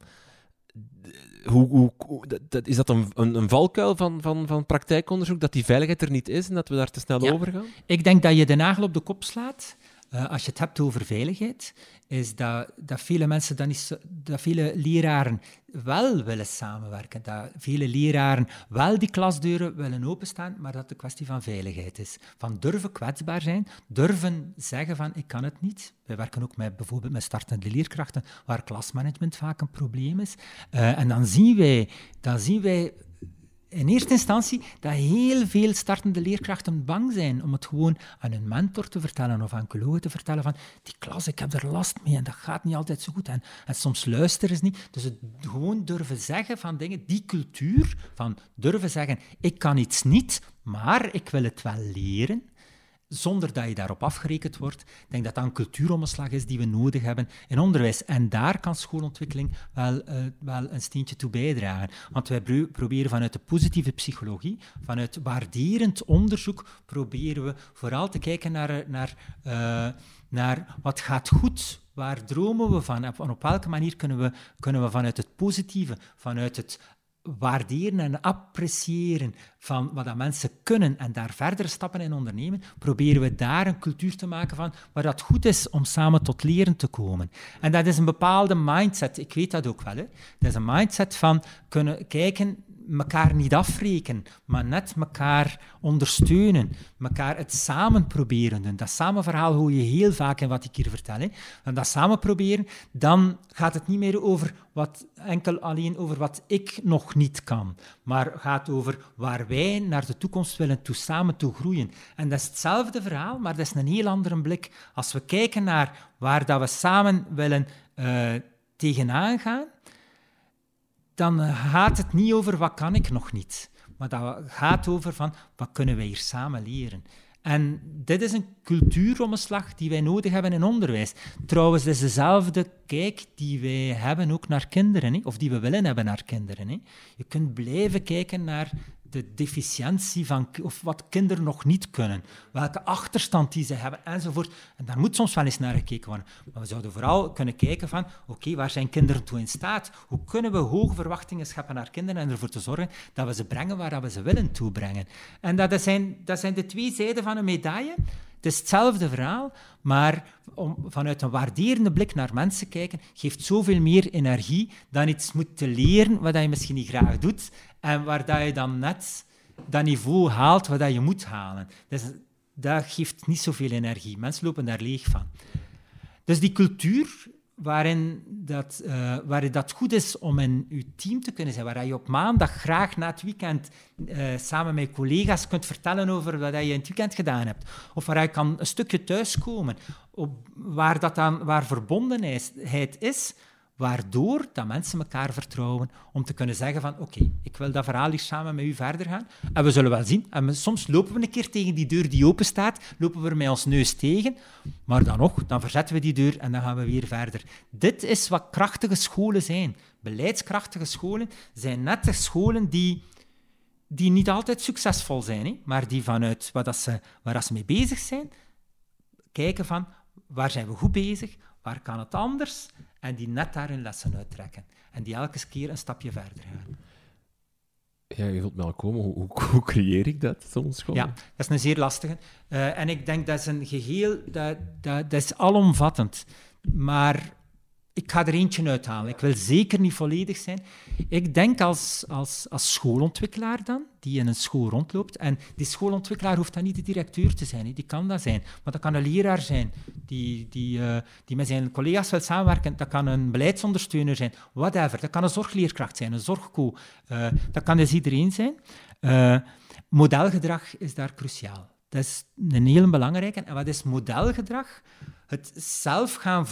Is dat een valkuil van praktijkonderzoek, dat die veiligheid er niet is en dat we daar te snel over gaan? Ik denk dat je de nagel op de kop slaat. Als je het hebt over veiligheid, is dat vele mensen dat vele leraren wel willen samenwerken, dat vele leraren wel die klasdeuren willen openstaan, maar dat het een kwestie van veiligheid is. Van durven kwetsbaar zijn, durven zeggen van ik kan het niet. Wij werken ook bijvoorbeeld met startende leerkrachten, waar klasmanagement vaak een probleem is. En dan zien wij in eerste instantie dat heel veel startende leerkrachten bang zijn om het gewoon aan hun mentor te vertellen of aan collega's te vertellen van die klas, ik heb er last mee en dat gaat niet altijd zo goed. En soms luisteren ze niet. Dus het gewoon durven zeggen van dingen, die cultuur van durven zeggen, ik kan iets niet, maar ik wil het wel leren, zonder dat je daarop afgerekend wordt. Ik denk dat dat een cultuuromslag is die we nodig hebben in onderwijs. En daar kan schoolontwikkeling wel een steentje toe bijdragen. Want wij proberen vanuit de positieve psychologie, vanuit waarderend onderzoek, proberen we vooral te kijken naar wat gaat goed, waar dromen we van, en op welke manier kunnen we vanuit het positieve, vanuit het waarderen en appreciëren van wat dat mensen kunnen en daar verdere stappen in ondernemen, proberen we daar een cultuur te maken van waar dat goed is om samen tot leren te komen. En dat is een bepaalde mindset, ik weet dat ook wel. Hè. Dat is een mindset van kunnen kijken, elkaar niet afrekenen, maar net elkaar ondersteunen, elkaar het samen proberen doen. Dat samen verhaal hoor je heel vaak in wat ik hier vertel. Hè. En dat samen proberen, dan gaat het niet meer over enkel alleen over wat ik nog niet kan, maar gaat over waar wij naar de toekomst willen samen toe groeien. En dat is hetzelfde verhaal, maar dat is een heel andere blik. Als we kijken naar waar dat we samen willen tegenaan gaan, dan gaat het niet over wat kan ik nog niet, maar dat gaat over van wat kunnen wij hier samen leren. En dit is een cultuuromslag die wij nodig hebben in onderwijs. Trouwens, het is dezelfde kijk die wij hebben ook naar kinderen, hè? Of die we willen hebben naar kinderen. Hè? Je kunt blijven kijken naar de deficiëntie van of wat kinderen nog niet kunnen, welke achterstand die ze hebben, enzovoort. En daar moet soms wel eens naar gekeken worden. Maar we zouden vooral kunnen kijken van, oké, waar zijn kinderen toe in staat? Hoe kunnen we hoge verwachtingen scheppen naar kinderen en ervoor te zorgen dat we ze brengen waar we ze willen toebrengen? En dat zijn de twee zijden van een medaille. Het is hetzelfde verhaal, maar vanuit een waarderende blik naar mensen kijken, geeft zoveel meer energie dan iets moeten leren wat je misschien niet graag doet en waar dat je dan net dat niveau haalt wat je moet halen. Dus dat geeft niet zoveel energie. Mensen lopen daar leeg van. Dus die cultuur waarin dat goed is om in je team te kunnen zijn, waar je op maandag graag na het weekend samen met collega's kunt vertellen over wat je in het weekend gedaan hebt, of waar je kan een stukje thuiskomen, waar verbondenheid is, waardoor dat mensen elkaar vertrouwen om te kunnen zeggen van oké, ik wil dat verhaal hier samen met u verder gaan. En we zullen wel zien. En soms lopen we een keer tegen die deur die open staat, lopen we er met ons neus tegen, maar dan verzetten we die deur en dan gaan we weer verder. Dit is wat krachtige scholen zijn. Beleidskrachtige scholen zijn net de scholen die niet altijd succesvol zijn, hè, maar die vanuit waar ze mee bezig zijn, kijken van waar zijn we goed bezig, waar kan het anders, en die net daar hun lessen uittrekken. En die elke keer een stapje verder gaan. Ja, je wilt me al komen. Hoe creëer ik dat, zo'n school? Ja, dat is een zeer lastige. En ik denk dat is een geheel, dat is alomvattend. Maar ik ga er eentje uithalen. Ik wil zeker niet volledig zijn. Ik denk als schoolontwikkelaar dan, die in een school rondloopt. En die schoolontwikkelaar hoeft dan niet de directeur te zijn. Die kan dat zijn. Maar dat kan een leraar zijn die met zijn collega's wil samenwerken. Dat kan een beleidsondersteuner zijn. Whatever. Dat kan een zorgleerkracht zijn, een zorgco. Dat kan dus iedereen zijn. Modelgedrag is daar cruciaal. Dat is een heel belangrijke. En wat is modelgedrag? Het zelf gaan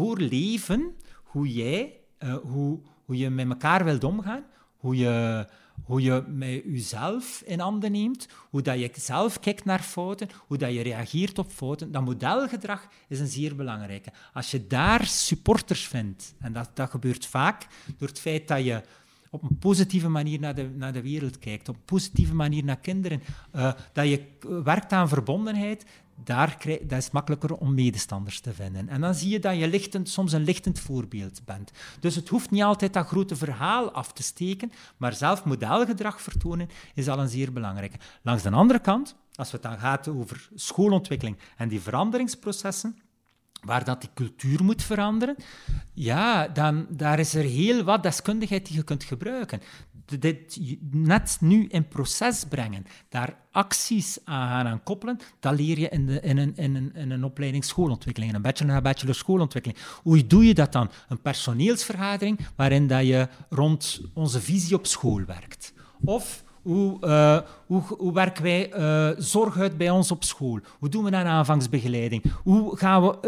voorleven hoe je met elkaar wilt omgaan, hoe hoe je met jezelf in handen neemt, hoe dat je zelf kijkt naar fouten, hoe dat je reageert op fouten. Dat modelgedrag is een zeer belangrijke. Als je daar supporters vindt, en dat gebeurt vaak door het feit dat je op een positieve manier naar de wereld kijkt, op een positieve manier naar kinderen, dat je werkt aan verbondenheid, dat is makkelijker om medestanders te vinden. En dan zie je dat je soms een lichtend voorbeeld bent. Dus het hoeft niet altijd dat grote verhaal af te steken, maar zelf modelgedrag vertonen is al een zeer belangrijke. Langs de andere kant, als het dan gaat over schoolontwikkeling en die veranderingsprocessen, waar dat die cultuur moet veranderen, ja, dan daar is er heel wat deskundigheid die je kunt gebruiken. Dit net nu in proces brengen, daar acties aan koppelen, dat leer je in een opleiding schoolontwikkeling, in een bachelor schoolontwikkeling. Hoe doe je dat dan? Een personeelsvergadering waarin dat je rond onze visie op school werkt. Of hoe werken wij zorg uit bij ons op school? Hoe doen we een aanvangsbegeleiding? Hoe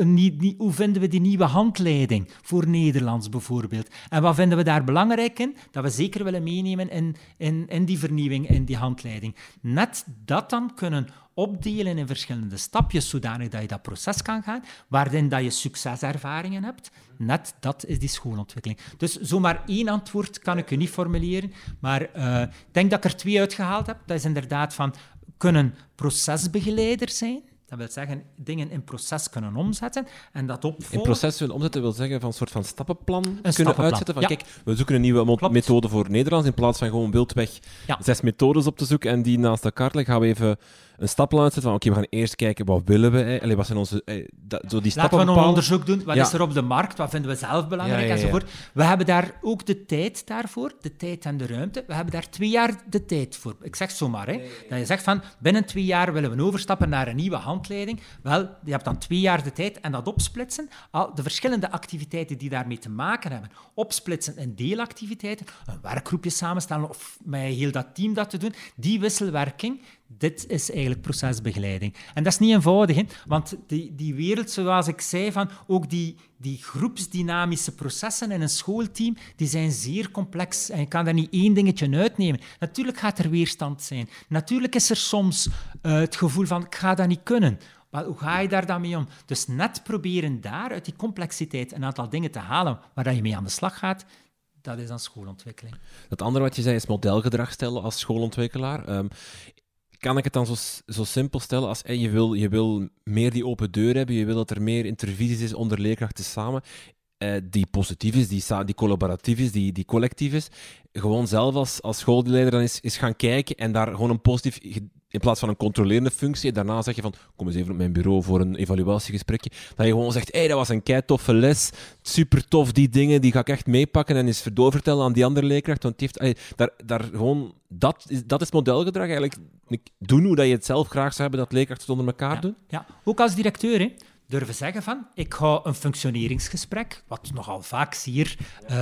vinden we die nieuwe handleiding voor Nederlands bijvoorbeeld? En wat vinden we daar belangrijk in? Dat we zeker willen meenemen in die vernieuwing, in die handleiding. Net dat dan kunnen opdelen in verschillende stapjes, zodanig dat je dat proces kan gaan, waarin dat je succeservaringen hebt. Net dat is die schoolontwikkeling. Dus zomaar 1 antwoord kan ik u niet formuleren, maar ik denk dat ik er 2 uitgehaald heb. Dat is inderdaad van, kunnen procesbegeleider zijn. Dat wil zeggen, dingen in proces kunnen omzetten en dat opvolgen. In proces kunnen omzetten wil zeggen van een soort van stappenplan kunnen stappenplan. uitzetten. Van Ja. kijk, we zoeken een nieuwe methode voor Nederlands, in plaats van gewoon wildweg 6 methodes op te zoeken en die naast elkaar leggen, gaan we even een stappenplan uitzetten van oké, we gaan eerst kijken, wat willen we? Wat zijn onze... zo die Laten we een bepalen. onderzoek doen. Wat is er op de markt? Wat vinden we zelf belangrijk? Enzovoort. We hebben daar ook de tijd daarvoor, de tijd en de ruimte. We hebben daar 2 jaar de tijd voor. Ik zeg zomaar, dat je zegt van, binnen 2 jaar willen we overstappen naar een nieuwe handleiding. Wel, je hebt dan 2 jaar de tijd en dat opsplitsen. Al de verschillende activiteiten die daarmee te maken hebben. Opsplitsen in deelactiviteiten, een werkgroepje samenstellen of met heel dat team dat te doen. Die wisselwerking, dit is eigenlijk procesbegeleiding. En dat is niet eenvoudig, hè? Want die wereld, zoals ik zei, van ook die groepsdynamische processen in een schoolteam, die zijn zeer complex en je kan daar niet 1 dingetje uitnemen. Natuurlijk gaat er weerstand zijn. Natuurlijk is er soms het gevoel van, ik ga dat niet kunnen. Maar hoe ga je daar dan mee om? Dus net proberen daar uit die complexiteit een aantal dingen te halen waar je mee aan de slag gaat, dat is dan schoolontwikkeling. Het andere wat je zei is modelgedrag stellen als schoolontwikkelaar. Kan ik het dan zo simpel stellen als je wil meer die open deur hebben, je wil dat er meer intervisies is onder leerkrachten samen, die positief is, die collaboratief is, die collectief is. Gewoon zelf als schoolleider dan is gaan kijken en daar gewoon een positief, in plaats van een controlerende functie, daarna zeg je van, kom eens even op mijn bureau voor een evaluatiegesprekje, dat je gewoon zegt, dat was een keitoffe les, super tof, die dingen, die ga ik echt meepakken en eens doorvertellen aan die andere leerkracht, want die heeft, daar gewoon, dat is modelgedrag eigenlijk, doen hoe dat je het zelf graag zou hebben, dat leerkrachten het onder elkaar doen. Ja, ook als directeur, hè. Durven zeggen van, ik ga een functioneringsgesprek, wat nogal vaak zeer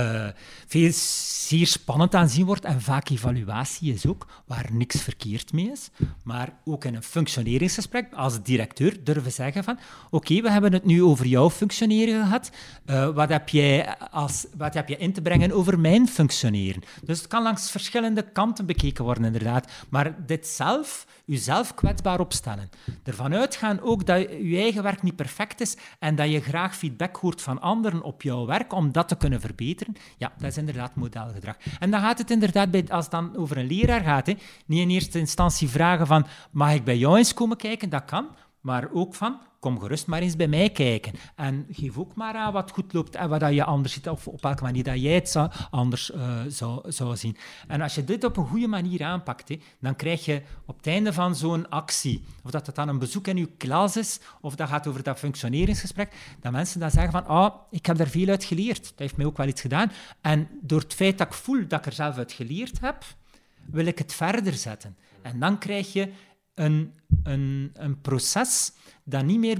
spannend aanzien wordt en vaak evaluatie is ook, waar niks verkeerd mee is. Maar ook in een functioneringsgesprek, als directeur, durven zeggen van, oké, we hebben het nu over jouw functioneren gehad, wat heb je in te brengen over mijn functioneren? Dus het kan langs verschillende kanten bekeken worden, inderdaad. Maar jezelf kwetsbaar opstellen. Ervan uitgaan ook dat je eigen werk niet perfect is en dat je graag feedback hoort van anderen op jouw werk om dat te kunnen verbeteren, ja, dat is inderdaad modelgedrag. En dan gaat het inderdaad, als het dan over een leraar gaat, niet in eerste instantie vragen van, mag ik bij jou eens komen kijken? Dat kan, maar ook van, kom gerust maar eens bij mij kijken. En geef ook maar aan wat goed loopt en wat je anders ziet, of op welke manier dat jij het anders zou zien. En als je dit op een goede manier aanpakt, dan krijg je op het einde van zo'n actie, of dat het dan een bezoek in je klas is, of dat gaat over dat functioneringsgesprek, dat mensen dan zeggen van, ik heb daar veel uit geleerd. Dat heeft mij ook wel iets gedaan. En door het feit dat ik voel dat ik er zelf uit geleerd heb, wil ik het verder zetten. En dan krijg je een proces dat niet meer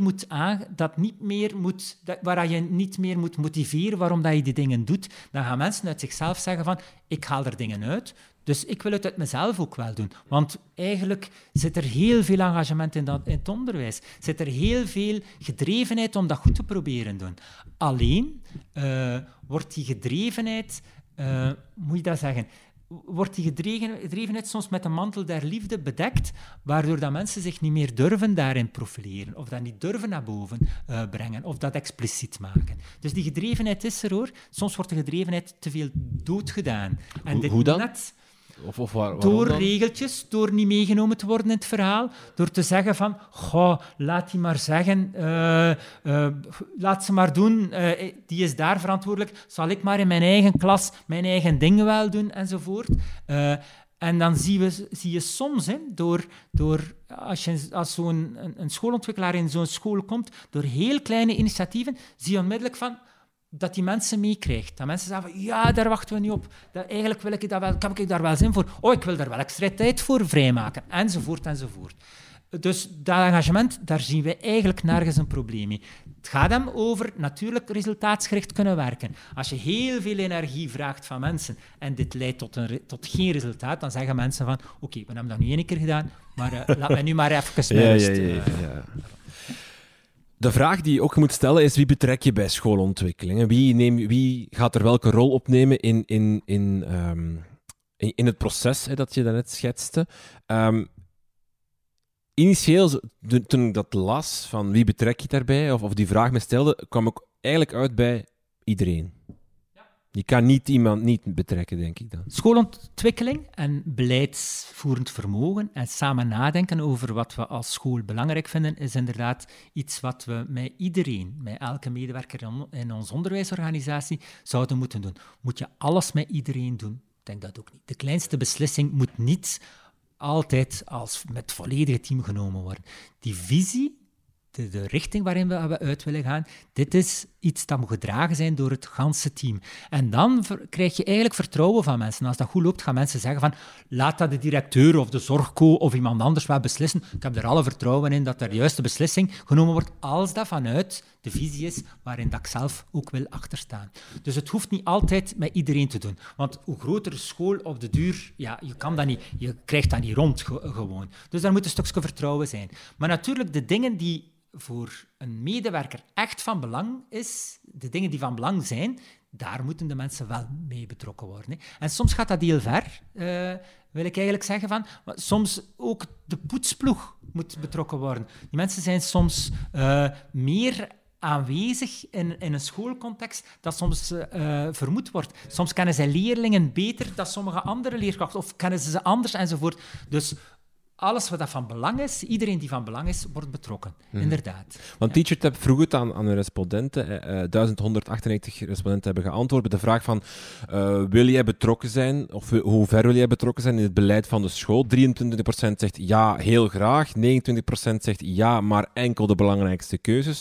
waar je niet meer moet motiveren waarom dat je die dingen doet. Dan gaan mensen uit zichzelf zeggen van, ik haal er dingen uit, dus ik wil het uit mezelf ook wel doen. Want eigenlijk zit er heel veel engagement in het onderwijs. Zit er heel veel gedrevenheid om dat goed te proberen doen. Alleen wordt die gedrevenheid, moet je dat zeggen, wordt die gedrevenheid soms met de mantel der liefde bedekt, waardoor dat mensen zich niet meer durven daarin profileren, of dat niet durven naar boven brengen, of dat expliciet maken. Dus die gedrevenheid is er, hoor. Soms wordt de gedrevenheid te veel doodgedaan. En Hoe dan? Net door regeltjes, door niet meegenomen te worden in het verhaal, door te zeggen van, goh, laat die maar zeggen, laat ze maar doen, die is daar verantwoordelijk, zal ik maar in mijn eigen klas mijn eigen dingen wel doen, enzovoort. En dan zie je soms, als zo'n een schoolontwikkelaar in zo'n school komt, door heel kleine initiatieven, zie je onmiddellijk van dat die mensen meekrijgt. Dat mensen zeggen van, ja, daar wachten we niet op. Eigenlijk wil ik dat wel, heb ik daar wel zin voor. Oh, ik wil daar wel extra tijd voor vrijmaken. Enzovoort, enzovoort. Dus dat engagement, daar zien we eigenlijk nergens een probleem mee. Het gaat hem over natuurlijk resultaatsgericht kunnen werken. Als je heel veel energie vraagt van mensen en dit leidt tot geen resultaat, dan zeggen mensen van, oké, we hebben dat nu 1 keer gedaan, maar laat mij nu maar even met rust. Ja. De vraag die je ook moet stellen is, wie betrek je bij schoolontwikkeling? Wie gaat er welke rol opnemen in het proces dat je daarnet schetste? Initieel, toen ik dat las, van wie betrek je daarbij, of die vraag me stelde, kwam ik eigenlijk uit bij iedereen. Je kan iemand niet betrekken, denk ik dan. Schoolontwikkeling en beleidsvoerend vermogen en samen nadenken over wat we als school belangrijk vinden, is inderdaad iets wat we met iedereen, met elke medewerker in onze onderwijsorganisatie, zouden moeten doen. Moet je alles met iedereen doen? Ik denk dat ook niet. De kleinste beslissing moet niet altijd als met het volledige team genomen worden. Die visie, de richting waarin we uit willen gaan, dit is iets dat moet gedragen zijn door het ganse team. En dan krijg je eigenlijk vertrouwen van mensen. Als dat goed loopt, gaan mensen zeggen van, laat dat de directeur of de zorgco of iemand anders wel beslissen. Ik heb er alle vertrouwen in dat er de juiste beslissing genomen wordt, als dat vanuit de visie is waarin dat ik zelf ook wil achterstaan. Dus het hoeft niet altijd met iedereen te doen. Want hoe groter de school op de duur, ja, je krijgt dat niet rond gewoon. Dus daar moet een stukje vertrouwen zijn. Maar natuurlijk, de dingen die voor een medewerker echt van belang is, de dingen die van belang zijn, daar moeten de mensen wel mee betrokken worden. Hè. En soms gaat dat heel ver, wil ik eigenlijk zeggen van, maar soms ook de poetsploeg moet betrokken worden. Die mensen zijn soms meer aanwezig in een schoolcontext dat soms vermoed wordt. Soms kennen zij leerlingen beter dan sommige andere leerkrachten, of kennen ze anders, enzovoort. Dus alles wat van belang is, iedereen die van belang is, wordt betrokken. Inderdaad. Want TeacherTap vroeg het aan hun respondenten. 1198 respondenten hebben geantwoord op de vraag van wil jij betrokken zijn, of hoe ver wil jij betrokken zijn in het beleid van de school? 23% zegt ja, heel graag. 29% zegt ja, maar enkel de belangrijkste keuzes.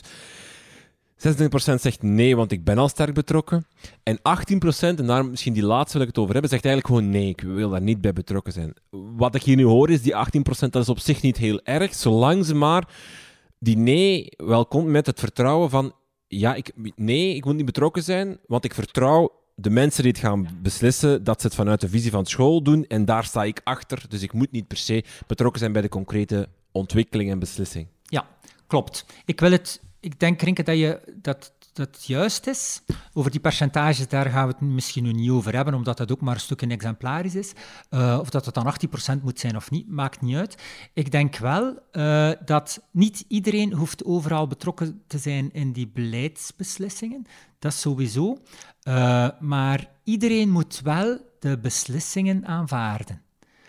26% zegt nee, want ik ben al sterk betrokken. En 18%, en daar misschien die laatste wil ik het over hebben, zegt eigenlijk gewoon nee, ik wil daar niet bij betrokken zijn. Wat ik hier nu hoor is, die 18% dat is op zich niet heel erg, zolang ze maar die nee wel komt met het vertrouwen van ja, ik moet niet betrokken zijn, want ik vertrouw de mensen die het gaan beslissen, dat ze het vanuit de visie van school doen en daar sta ik achter, dus ik moet niet per se betrokken zijn bij de concrete ontwikkeling en beslissing. Ja, klopt. Ik denk, Rinke, dat het juist is. Over die percentages, daar gaan we het misschien nu niet over hebben, omdat dat ook maar een stukje exemplarisch is. Of dat het dan 18% moet zijn of niet, maakt niet uit. Ik denk wel dat niet iedereen hoeft overal betrokken te zijn in die beleidsbeslissingen. Dat is sowieso. Maar iedereen moet wel de beslissingen aanvaarden.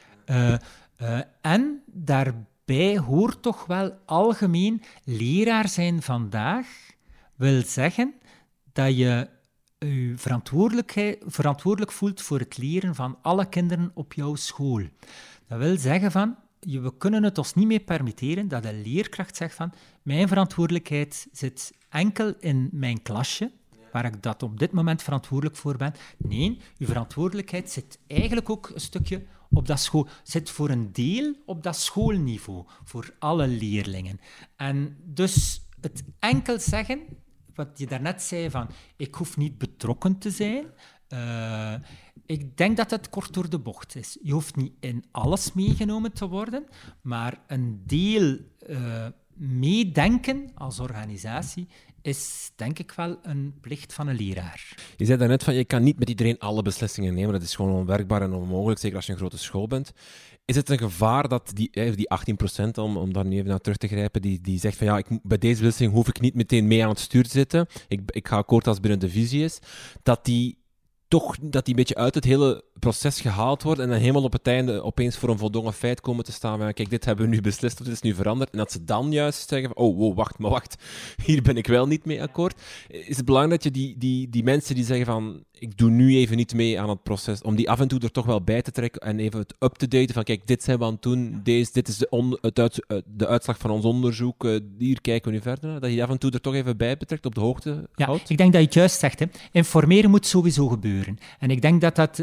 En daarbij hoort toch wel algemeen leraar zijn vandaag wil zeggen dat je je verantwoordelijk voelt voor het leren van alle kinderen op jouw school. Dat wil zeggen van, we kunnen het ons niet meer permitteren dat een leerkracht zegt van, mijn verantwoordelijkheid zit enkel in mijn klasje, waar ik dat op dit moment verantwoordelijk voor ben. Nee, uw verantwoordelijkheid zit eigenlijk ook een stukje op dat school, zit voor een deel op dat schoolniveau, voor alle leerlingen. En dus het enkel zeggen, wat je daarnet zei van, ik hoef niet betrokken te zijn, ik denk dat het kort door de bocht is. Je hoeft niet in alles meegenomen te worden, maar een deel meedenken als organisatie is denk ik wel een plicht van een leraar. Je zei daarnet van, je kan niet met iedereen alle beslissingen nemen. Dat is gewoon onwerkbaar en onmogelijk, zeker als je een grote school bent. Is het een gevaar dat die 18%, om daar nu even naar terug te grijpen, die zegt van bij deze beslissing hoef ik niet meteen mee aan het stuur te zitten. Ik ga akkoord als binnen de visie is. Dat die een beetje uit het hele proces gehaald wordt en dan helemaal op het einde opeens voor een voldongen feit komen te staan van kijk, dit hebben we nu beslist of dit is nu veranderd. En dat ze dan juist zeggen van, oh, wow, wacht, hier ben ik wel niet mee akkoord. Is het belangrijk dat je die mensen die zeggen van, ik doe nu even niet mee aan het proces, om die af en toe er toch wel bij te trekken en even het up-to-daten van, kijk, dit zijn we aan het doen, dit is de uitslag van ons onderzoek, hier kijken we nu verder naar. Dat je die af en toe er toch even bij betrekt, op de hoogte houdt? Ja, ik denk dat je het juist zegt. Hè. Informeren moet sowieso gebeuren. En ik denk dat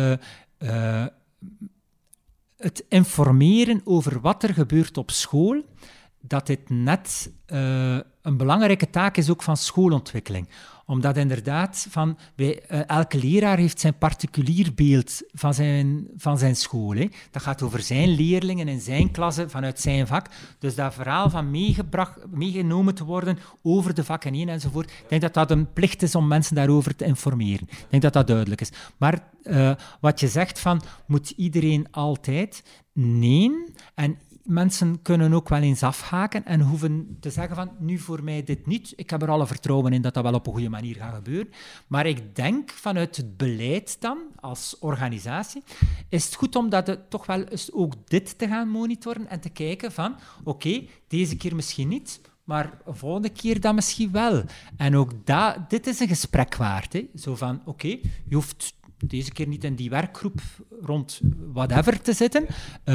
het informeren over wat er gebeurt op school, dat dit net een belangrijke taak is ook van schoolontwikkeling. Omdat inderdaad, elke leraar heeft zijn particulier beeld van zijn school. Hè. Dat gaat over zijn leerlingen in zijn klasse, vanuit zijn vak. Dus dat verhaal van meegenomen te worden over de vakken heen enzovoort, ik denk dat dat een plicht is om mensen daarover te informeren. Ik denk dat dat duidelijk is. Maar wat je zegt van, moet iedereen altijd? Nee. En mensen kunnen ook wel eens afhaken en hoeven te zeggen van, nu voor mij dit niet. Ik heb er alle vertrouwen in dat dat wel op een goede manier gaat gebeuren. Maar ik denk vanuit het beleid dan, als organisatie, is het goed om toch wel eens ook dit te gaan monitoren en te kijken van, oké, deze keer misschien niet, maar de volgende keer dan misschien wel. En ook dit is een gesprek waard. Hè. Zo van, oké, je hoeft deze keer niet in die werkgroep rond whatever te zitten.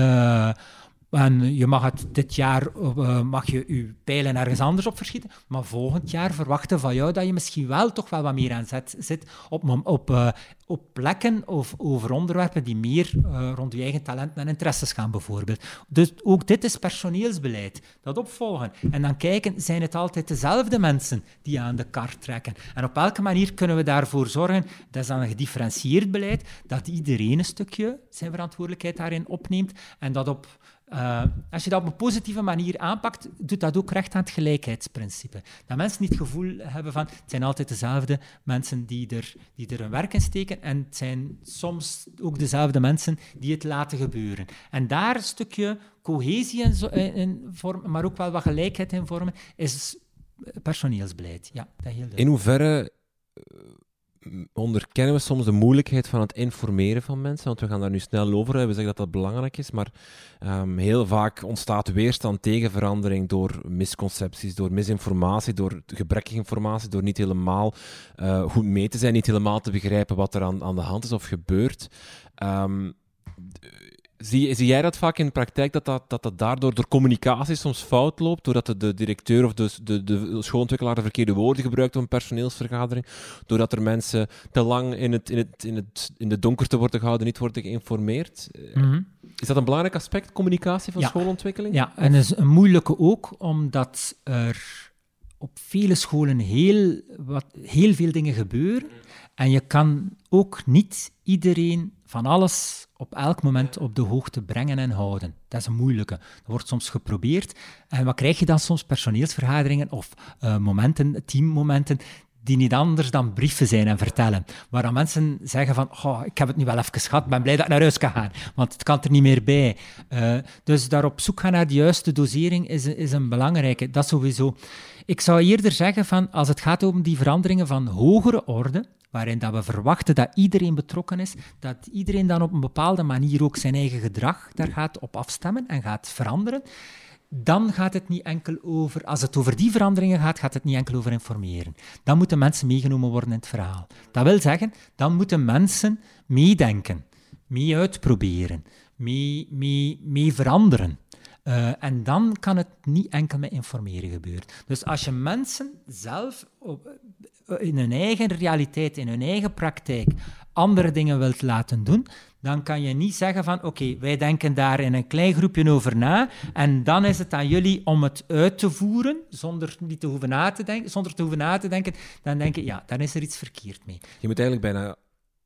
En je mag dit jaar mag je pijlen ergens anders op verschieten, maar volgend jaar verwachten van jou dat je misschien wel toch wel wat meer aan zit op plekken of over onderwerpen die meer rond je eigen talenten en interesses gaan, bijvoorbeeld. Dus ook dit is personeelsbeleid. Dat opvolgen. En dan kijken, zijn het altijd dezelfde mensen die aan de kar trekken? En op welke manier kunnen we daarvoor zorgen, dat is dan een gedifferentieerd beleid, dat iedereen een stukje zijn verantwoordelijkheid daarin opneemt en dat als je dat op een positieve manier aanpakt, doet dat ook recht aan het gelijkheidsprincipe. Dat mensen niet het gevoel hebben van, het zijn altijd dezelfde mensen die er hun werk in steken en het zijn soms ook dezelfde mensen die het laten gebeuren. En daar een stukje cohesie in vormen, maar ook wel wat gelijkheid in vormen, is personeelsbeleid. Ja, dat heel duidelijk. In hoeverre onderkennen we soms de moeilijkheid van het informeren van mensen, want we gaan daar nu snel over, we zeggen dat dat belangrijk is, maar heel vaak ontstaat weerstand tegen verandering door misconcepties, door misinformatie, door gebrekkige informatie, door niet helemaal goed mee te zijn, niet helemaal te begrijpen wat er aan de hand is of gebeurt. Zie jij dat vaak in de praktijk, dat daardoor door communicatie soms fout loopt, doordat de directeur of de schoolontwikkelaar de verkeerde woorden gebruikt op een personeelsvergadering, doordat er mensen te lang in de donkerte worden gehouden, niet worden geïnformeerd? Mm-hmm. Is dat een belangrijk aspect, communicatie van schoolontwikkeling? Ja, en dat is een moeilijke ook, omdat er op vele scholen heel veel dingen gebeuren. En je kan ook niet iedereen van alles op elk moment op de hoogte brengen en houden. Dat is een moeilijke. Dat wordt soms geprobeerd. En wat krijg je dan soms? Personeelsvergaderingen of teammomenten, die niet anders dan brieven zijn en vertellen. Waar dan mensen zeggen van, ik heb het nu wel even gehad, ben blij dat ik naar huis kan gaan, want het kan er niet meer bij. Dus daar op zoek gaan naar de juiste dosering is een belangrijke. Dat sowieso. Ik zou eerder zeggen van, als het gaat om die veranderingen van hogere orde, waarin dat we verwachten dat iedereen betrokken is, dat iedereen dan op een bepaalde manier ook zijn eigen gedrag daar gaat op afstemmen en gaat veranderen, dan gaat het niet enkel over, als het over die veranderingen gaat het niet enkel over informeren. Dan moeten mensen meegenomen worden in het verhaal. Dat wil zeggen, dan moeten mensen meedenken, mee uitproberen, mee veranderen. En dan kan het niet enkel met informeren gebeuren. Dus als je mensen zelf in hun eigen realiteit, in hun eigen praktijk, andere dingen wilt laten doen, dan kan je niet zeggen van, oké, wij denken daar in een klein groepje over na, en dan is het aan jullie om het uit te voeren, zonder te hoeven na te denken, dan denk je, ja, dan is er iets verkeerd mee. Je moet eigenlijk bijna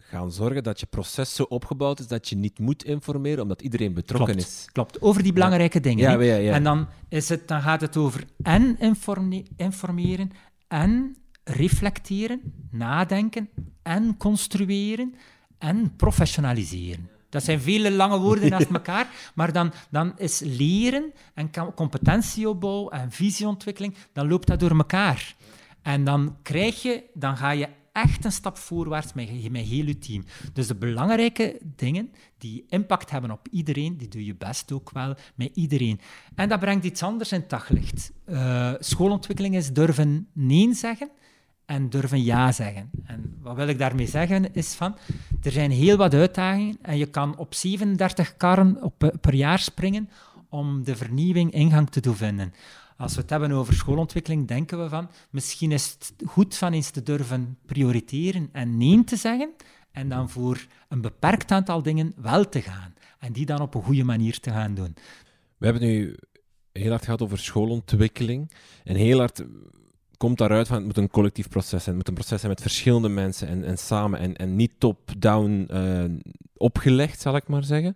gaan zorgen dat je proces zo opgebouwd is dat je niet moet informeren, omdat iedereen betrokken is. Klopt, over die belangrijke dingen. Ja. En dan gaat het over en informeren, en reflecteren, nadenken, en construeren, en professionaliseren. Dat zijn vele lange woorden naast elkaar, maar dan is leren en competentieopbouw en visieontwikkeling, dan loopt dat door elkaar. En dan ga je echt een stap voorwaarts met heel je team. Dus de belangrijke dingen die impact hebben op iedereen, die doe je best ook wel met iedereen. En dat brengt iets anders in het daglicht. Schoolontwikkeling is durven nee zeggen en durven ja zeggen. En wat wil ik daarmee zeggen is er zijn heel wat uitdagingen en je kan op 37 karren per jaar springen om de vernieuwing ingang te doen vinden. Als we het hebben over schoolontwikkeling, denken we misschien is het goed van eens te durven prioriteren en nee te zeggen en dan voor een beperkt aantal dingen wel te gaan. En die dan op een goede manier te gaan doen. We hebben nu heel hard gehad over schoolontwikkeling en heel hard komt daaruit van het moet een collectief proces zijn. Het moet een proces zijn met verschillende mensen en samen en niet top-down opgelegd, zal ik maar zeggen.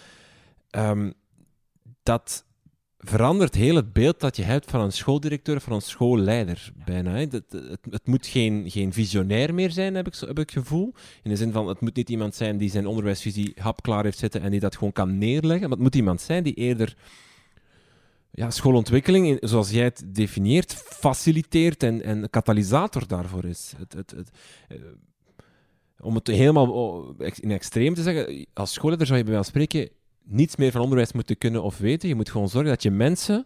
Dat verandert heel het beeld dat je hebt van een schooldirecteur, van een schoolleider, bijna. Hè. Het moet geen visionair meer zijn, heb ik het gevoel. In de zin van, het moet niet iemand zijn die zijn onderwijsvisie hapklaar heeft zitten en die dat gewoon kan neerleggen, maar het moet iemand zijn die eerder schoolontwikkeling, zoals jij het definieert, faciliteert en katalysator daarvoor is. Om het helemaal in extreem te zeggen, als schoolleider zou je bij wijze van spreken niets meer van onderwijs moeten kunnen of weten. Je moet gewoon zorgen dat je mensen,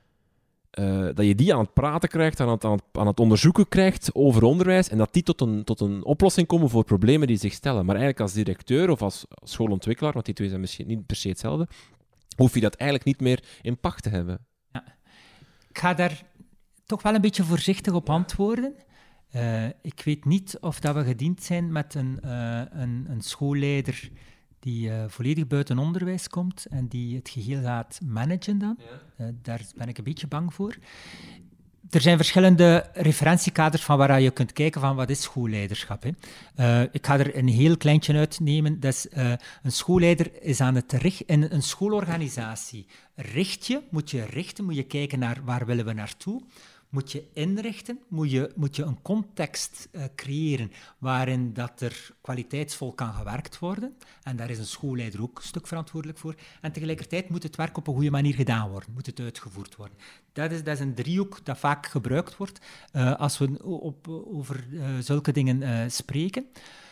dat je die aan het praten krijgt, aan het onderzoeken krijgt over onderwijs en dat die tot een oplossing komen voor problemen die zich stellen. Maar eigenlijk als directeur of als schoolontwikkelaar, want die twee zijn misschien niet per se hetzelfde, hoef je dat eigenlijk niet meer in pacht te hebben. Ja. Ik ga daar toch wel een beetje voorzichtig op antwoorden. Ik weet niet of dat we gediend zijn met een schoolleider die volledig buiten onderwijs komt en die het geheel gaat managen dan. Ja. Daar ben ik een beetje bang voor. Er zijn verschillende referentiekaders van waaruit je kunt kijken van wat is schoolleiderschap. Hè. Ik ga er een heel kleintje uitnemen. Dat is, een schoolleider is aan het richten in een schoolorganisatie. Moet je kijken naar waar willen we naartoe. Moet je inrichten, moet je een context creëren waarin dat er kwaliteitsvol kan gewerkt worden. En daar is een schoolleider ook een stuk verantwoordelijk voor. En tegelijkertijd moet het werk op een goede manier gedaan worden, moet het uitgevoerd worden. Dat is een driehoek dat vaak gebruikt wordt als we over zulke dingen spreken.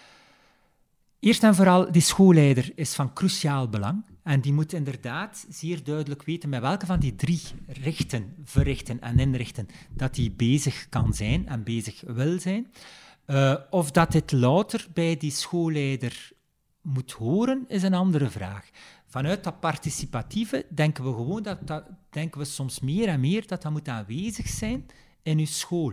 Eerst en vooral, die schoolleider is van cruciaal belang. En die moet inderdaad zeer duidelijk weten met welke van die 3 verrichten en inrichten dat hij bezig kan zijn en bezig wil zijn. Of dat dit louter bij die schoolleider moet horen, is een andere vraag. Vanuit dat participatieve denken we gewoon denken we soms meer en meer dat moet aanwezig zijn in uw school.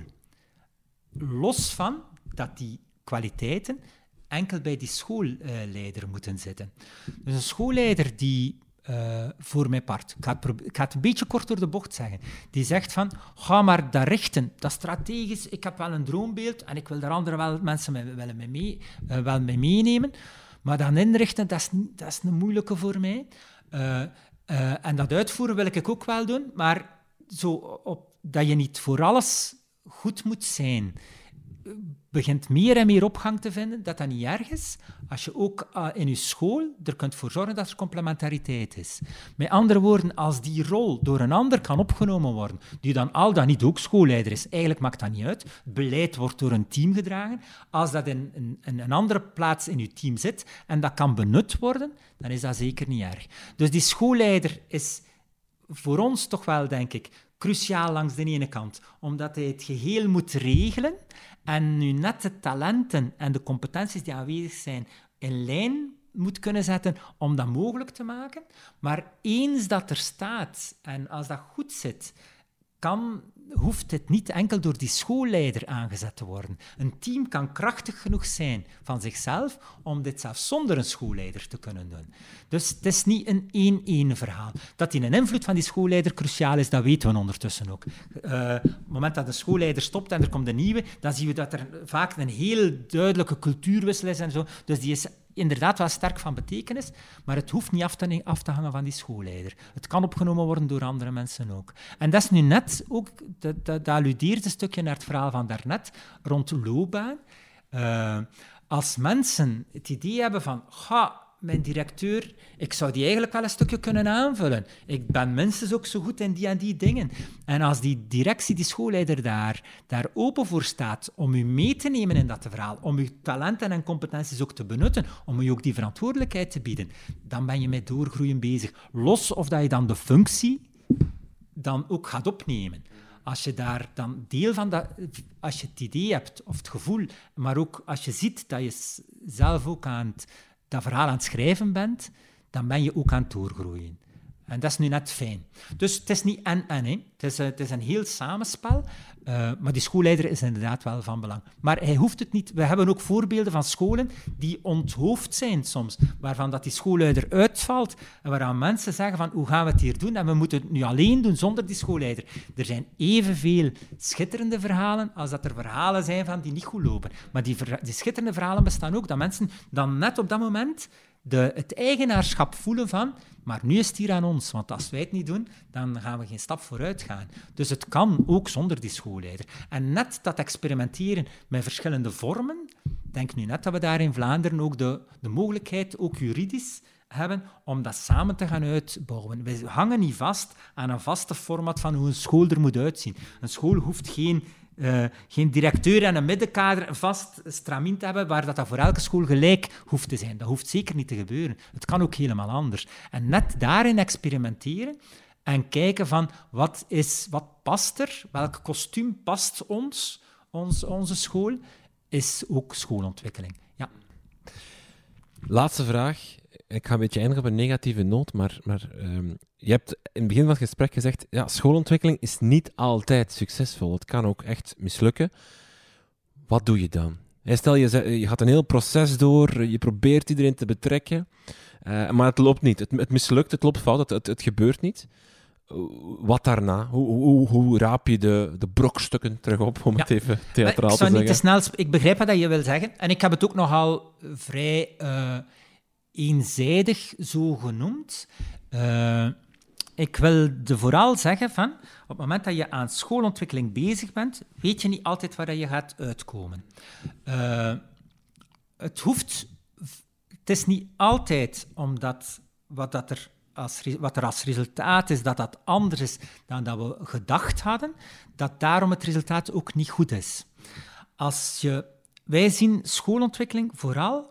Los van dat die kwaliteiten enkel bij die schoolleider moeten zitten. Dus een schoolleider die, voor mijn part, ik ga het een beetje kort door de bocht zeggen, die zegt van, ga maar dat richten, dat is strategisch, ik heb wel een droombeeld en ik wil daar andere mensen wel mee meenemen, maar dan inrichten, dat is een moeilijke voor mij. En dat uitvoeren wil ik ook wel doen, maar dat je niet voor alles goed moet zijn, begint meer en meer opgang te vinden, dat niet erg is, als je ook in je school er kunt voor zorgen dat er complementariteit is. Met andere woorden, als die rol door een ander kan opgenomen worden, die dan al dan niet ook schoolleider is, eigenlijk maakt dat niet uit, het beleid wordt door een team gedragen, als dat in een andere plaats in je team zit en dat kan benut worden, dan is dat zeker niet erg. Dus die schoolleider is voor ons toch wel, denk ik, cruciaal langs de ene kant, omdat hij het geheel moet regelen en nu net de talenten en de competenties die aanwezig zijn in lijn moet kunnen zetten om dat mogelijk te maken. Maar eens dat er staat en als dat goed zit, kan hoeft het niet enkel door die schoolleider aangezet te worden. Een team kan krachtig genoeg zijn van zichzelf om dit zelfs zonder een schoolleider te kunnen doen. Dus het is niet een 1-1 verhaal. Dat die een invloed van die schoolleider cruciaal is, dat weten we ondertussen ook. Op het moment dat de schoolleider stopt en er komt een nieuwe, dan zien we dat er vaak een heel duidelijke cultuurwissel is en zo. Dus die is inderdaad wel sterk van betekenis, maar het hoeft niet af te hangen van die schoolleider. Het kan opgenomen worden door andere mensen ook. En dat is nu net ook, dat alludeert een stukje naar het verhaal van daarnet, rond loopbaan. Als mensen het idee hebben van, mijn directeur, ik zou die eigenlijk wel een stukje kunnen aanvullen. Ik ben minstens ook zo goed in die en die dingen. En als die directie, die schoolleider daar open voor staat om u mee te nemen in dat verhaal, om uw talenten en competenties ook te benutten, om u ook die verantwoordelijkheid te bieden, dan ben je met doorgroeien bezig. Los of dat je dan de functie dan ook gaat opnemen. Als je daar dan deel van dat, als je het idee hebt of het gevoel, maar ook als je ziet dat je zelf ook dat verhaal aan het schrijven bent, dan ben je ook aan het doorgroeien. En dat is nu net fijn. Dus het is niet en-en. Het is een heel samenspel, maar die schoolleider is inderdaad wel van belang. Maar hij hoeft het niet. We hebben ook voorbeelden van scholen die onthoofd zijn soms, waarvan dat die schoolleider uitvalt en waaraan mensen zeggen van, hoe gaan we het hier doen? En we moeten het nu alleen doen zonder die schoolleider. Er zijn evenveel schitterende verhalen als dat er verhalen zijn van die niet goed lopen. Maar die schitterende verhalen bestaan ook, dat mensen dan net op dat moment het eigenaarschap voelen van, maar nu is het hier aan ons, want als wij het niet doen, dan gaan we geen stap vooruit gaan. Dus het kan ook zonder die schoolleider. En net dat experimenteren met verschillende vormen, denk nu net dat we daar in Vlaanderen ook de mogelijkheid, ook juridisch, hebben om dat samen te gaan uitbouwen. We hangen niet vast aan een vaste format van hoe een school er moet uitzien. Een school hoeft geen directeur en een middenkader, een vast stramien te hebben, waar dat voor elke school gelijk hoeft te zijn. Dat hoeft zeker niet te gebeuren. Het kan ook helemaal anders. En net daarin experimenteren en kijken van wat past er, welk kostuum past onze school, is ook schoolontwikkeling. Ja. Laatste vraag. Ik ga een beetje eindigen op een negatieve noot, maar je hebt in het begin van het gesprek gezegd, ja, schoolontwikkeling is niet altijd succesvol. Het kan ook echt mislukken. Wat doe je dan? Stel, je gaat een heel proces door, je probeert iedereen te betrekken, maar het loopt niet. Het mislukt, het loopt fout, het gebeurt niet. Wat daarna? Hoe raap je de brokstukken terug op, om het even theatraal te zeggen? Niet te snel. Ik begrijp wat je wil zeggen. En ik heb het ook nogal vrij eenzijdig zo genoemd. Ik wil vooral zeggen van, op het moment dat je aan schoolontwikkeling bezig bent, weet je niet altijd waar je gaat uitkomen. Het is niet altijd omdat wat er als resultaat is, dat anders is dan dat we gedacht hadden, dat daarom het resultaat ook niet goed is. Wij zien schoolontwikkeling vooral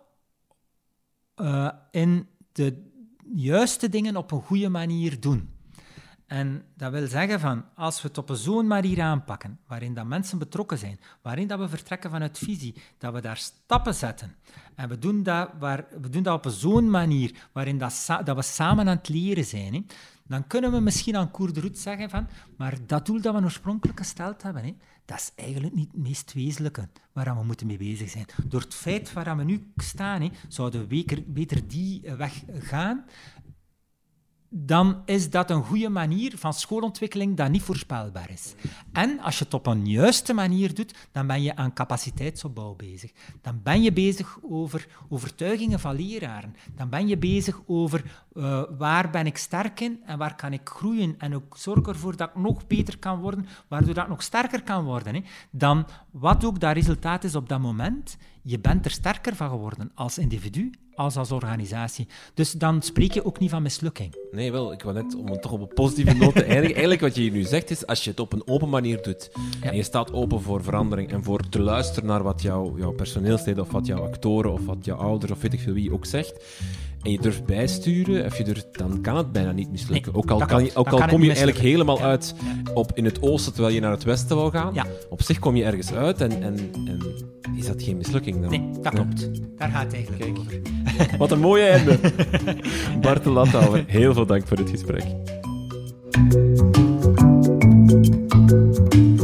in de juiste dingen op een goede manier doen. En dat wil zeggen van, als we het op zo'n manier aanpakken, waarin dat mensen betrokken zijn, waarin dat we vertrekken vanuit visie, dat we daar stappen zetten, en we doen dat op zo'n manier, waarin dat we samen aan het leren zijn, dan kunnen we misschien aan cours de route zeggen van, maar dat doel dat we oorspronkelijk gesteld hebben, dat is eigenlijk niet het meest wezenlijke waar we moeten mee bezig zijn. Door het feit waar we nu staan, zouden we beter die weg gaan, dan is dat een goede manier van schoolontwikkeling dat niet voorspelbaar is. En als je het op een juiste manier doet, dan ben je aan capaciteitsopbouw bezig. Dan ben je bezig over overtuigingen van leraren. Dan ben je bezig over waar ben ik sterk in en waar kan ik groeien en ook zorg ervoor dat ik nog beter kan worden, waardoor dat ik nog sterker kan worden. Dan wat ook dat resultaat is op dat moment, je bent er sterker van geworden als individu als organisatie. Dus dan spreek je ook niet van mislukking. Nee, wel, ik wou net, om het toch op een positieve noot te eindigen, eigenlijk wat je hier nu zegt is, als je het op een open manier doet, en je staat open voor verandering en voor te luisteren naar wat jouw personeelsleden of wat jouw actoren of wat jouw ouders of weet ik veel wie ook zegt, en je durft bijsturen, dan kan het bijna niet mislukken. Nee, ook al kom je eigenlijk helemaal uit in het oosten, terwijl je naar het westen wou gaan. Ja. Op zich kom je ergens uit en is dat geen mislukking dan? Nee, dat klopt. Daar gaat het eigenlijk over. Wat een mooie einde. Bart de Lathouwer, heel veel dank voor dit gesprek.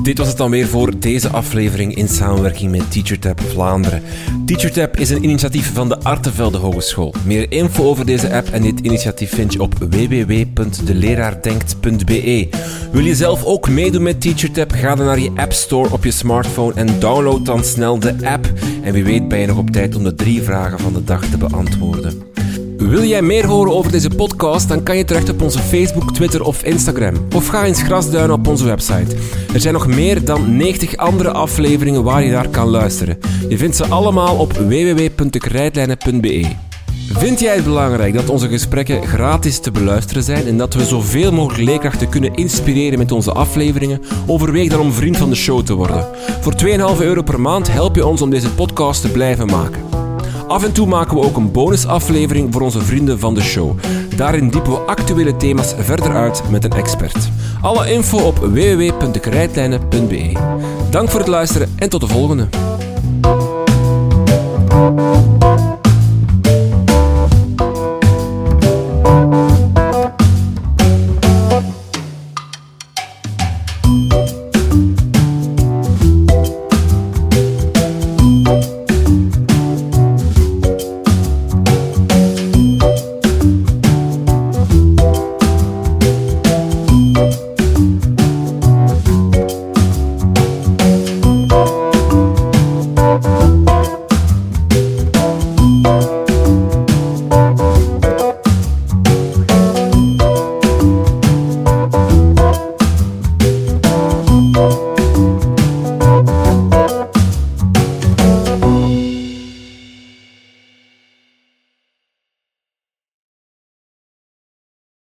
Dit was het dan weer voor deze aflevering in samenwerking met TeacherTap Vlaanderen. TeacherTap is een initiatief van de Artevelde Hogeschool. Meer info over deze app en dit initiatief vind je op www.deleraardenkt.be. Wil je zelf ook meedoen met TeacherTap? Ga dan naar je App Store op je smartphone en download dan snel de app. En wie weet ben je nog op tijd om de 3 vragen van de dag te beantwoorden. Wil jij meer horen over deze podcast? Dan kan je terecht op onze Facebook, Twitter of Instagram. Of ga eens grasduinen op onze website. Er zijn nog meer dan 90 andere afleveringen waar je naar kan luisteren. Je vindt ze allemaal op www.dekrijtlijnen.be. Vind jij het belangrijk dat onze gesprekken gratis te beluisteren zijn en dat we zoveel mogelijk leerkrachten kunnen inspireren met onze afleveringen? Overweeg dan om vriend van de show te worden. Voor €2,5 per maand help je ons om deze podcast te blijven maken. Af en toe maken we ook een bonusaflevering voor onze vrienden van de show. Daarin diepen we actuele thema's verder uit met een expert. Alle info op www.dekrijtlijnen.be. Dank voor het luisteren en tot de volgende.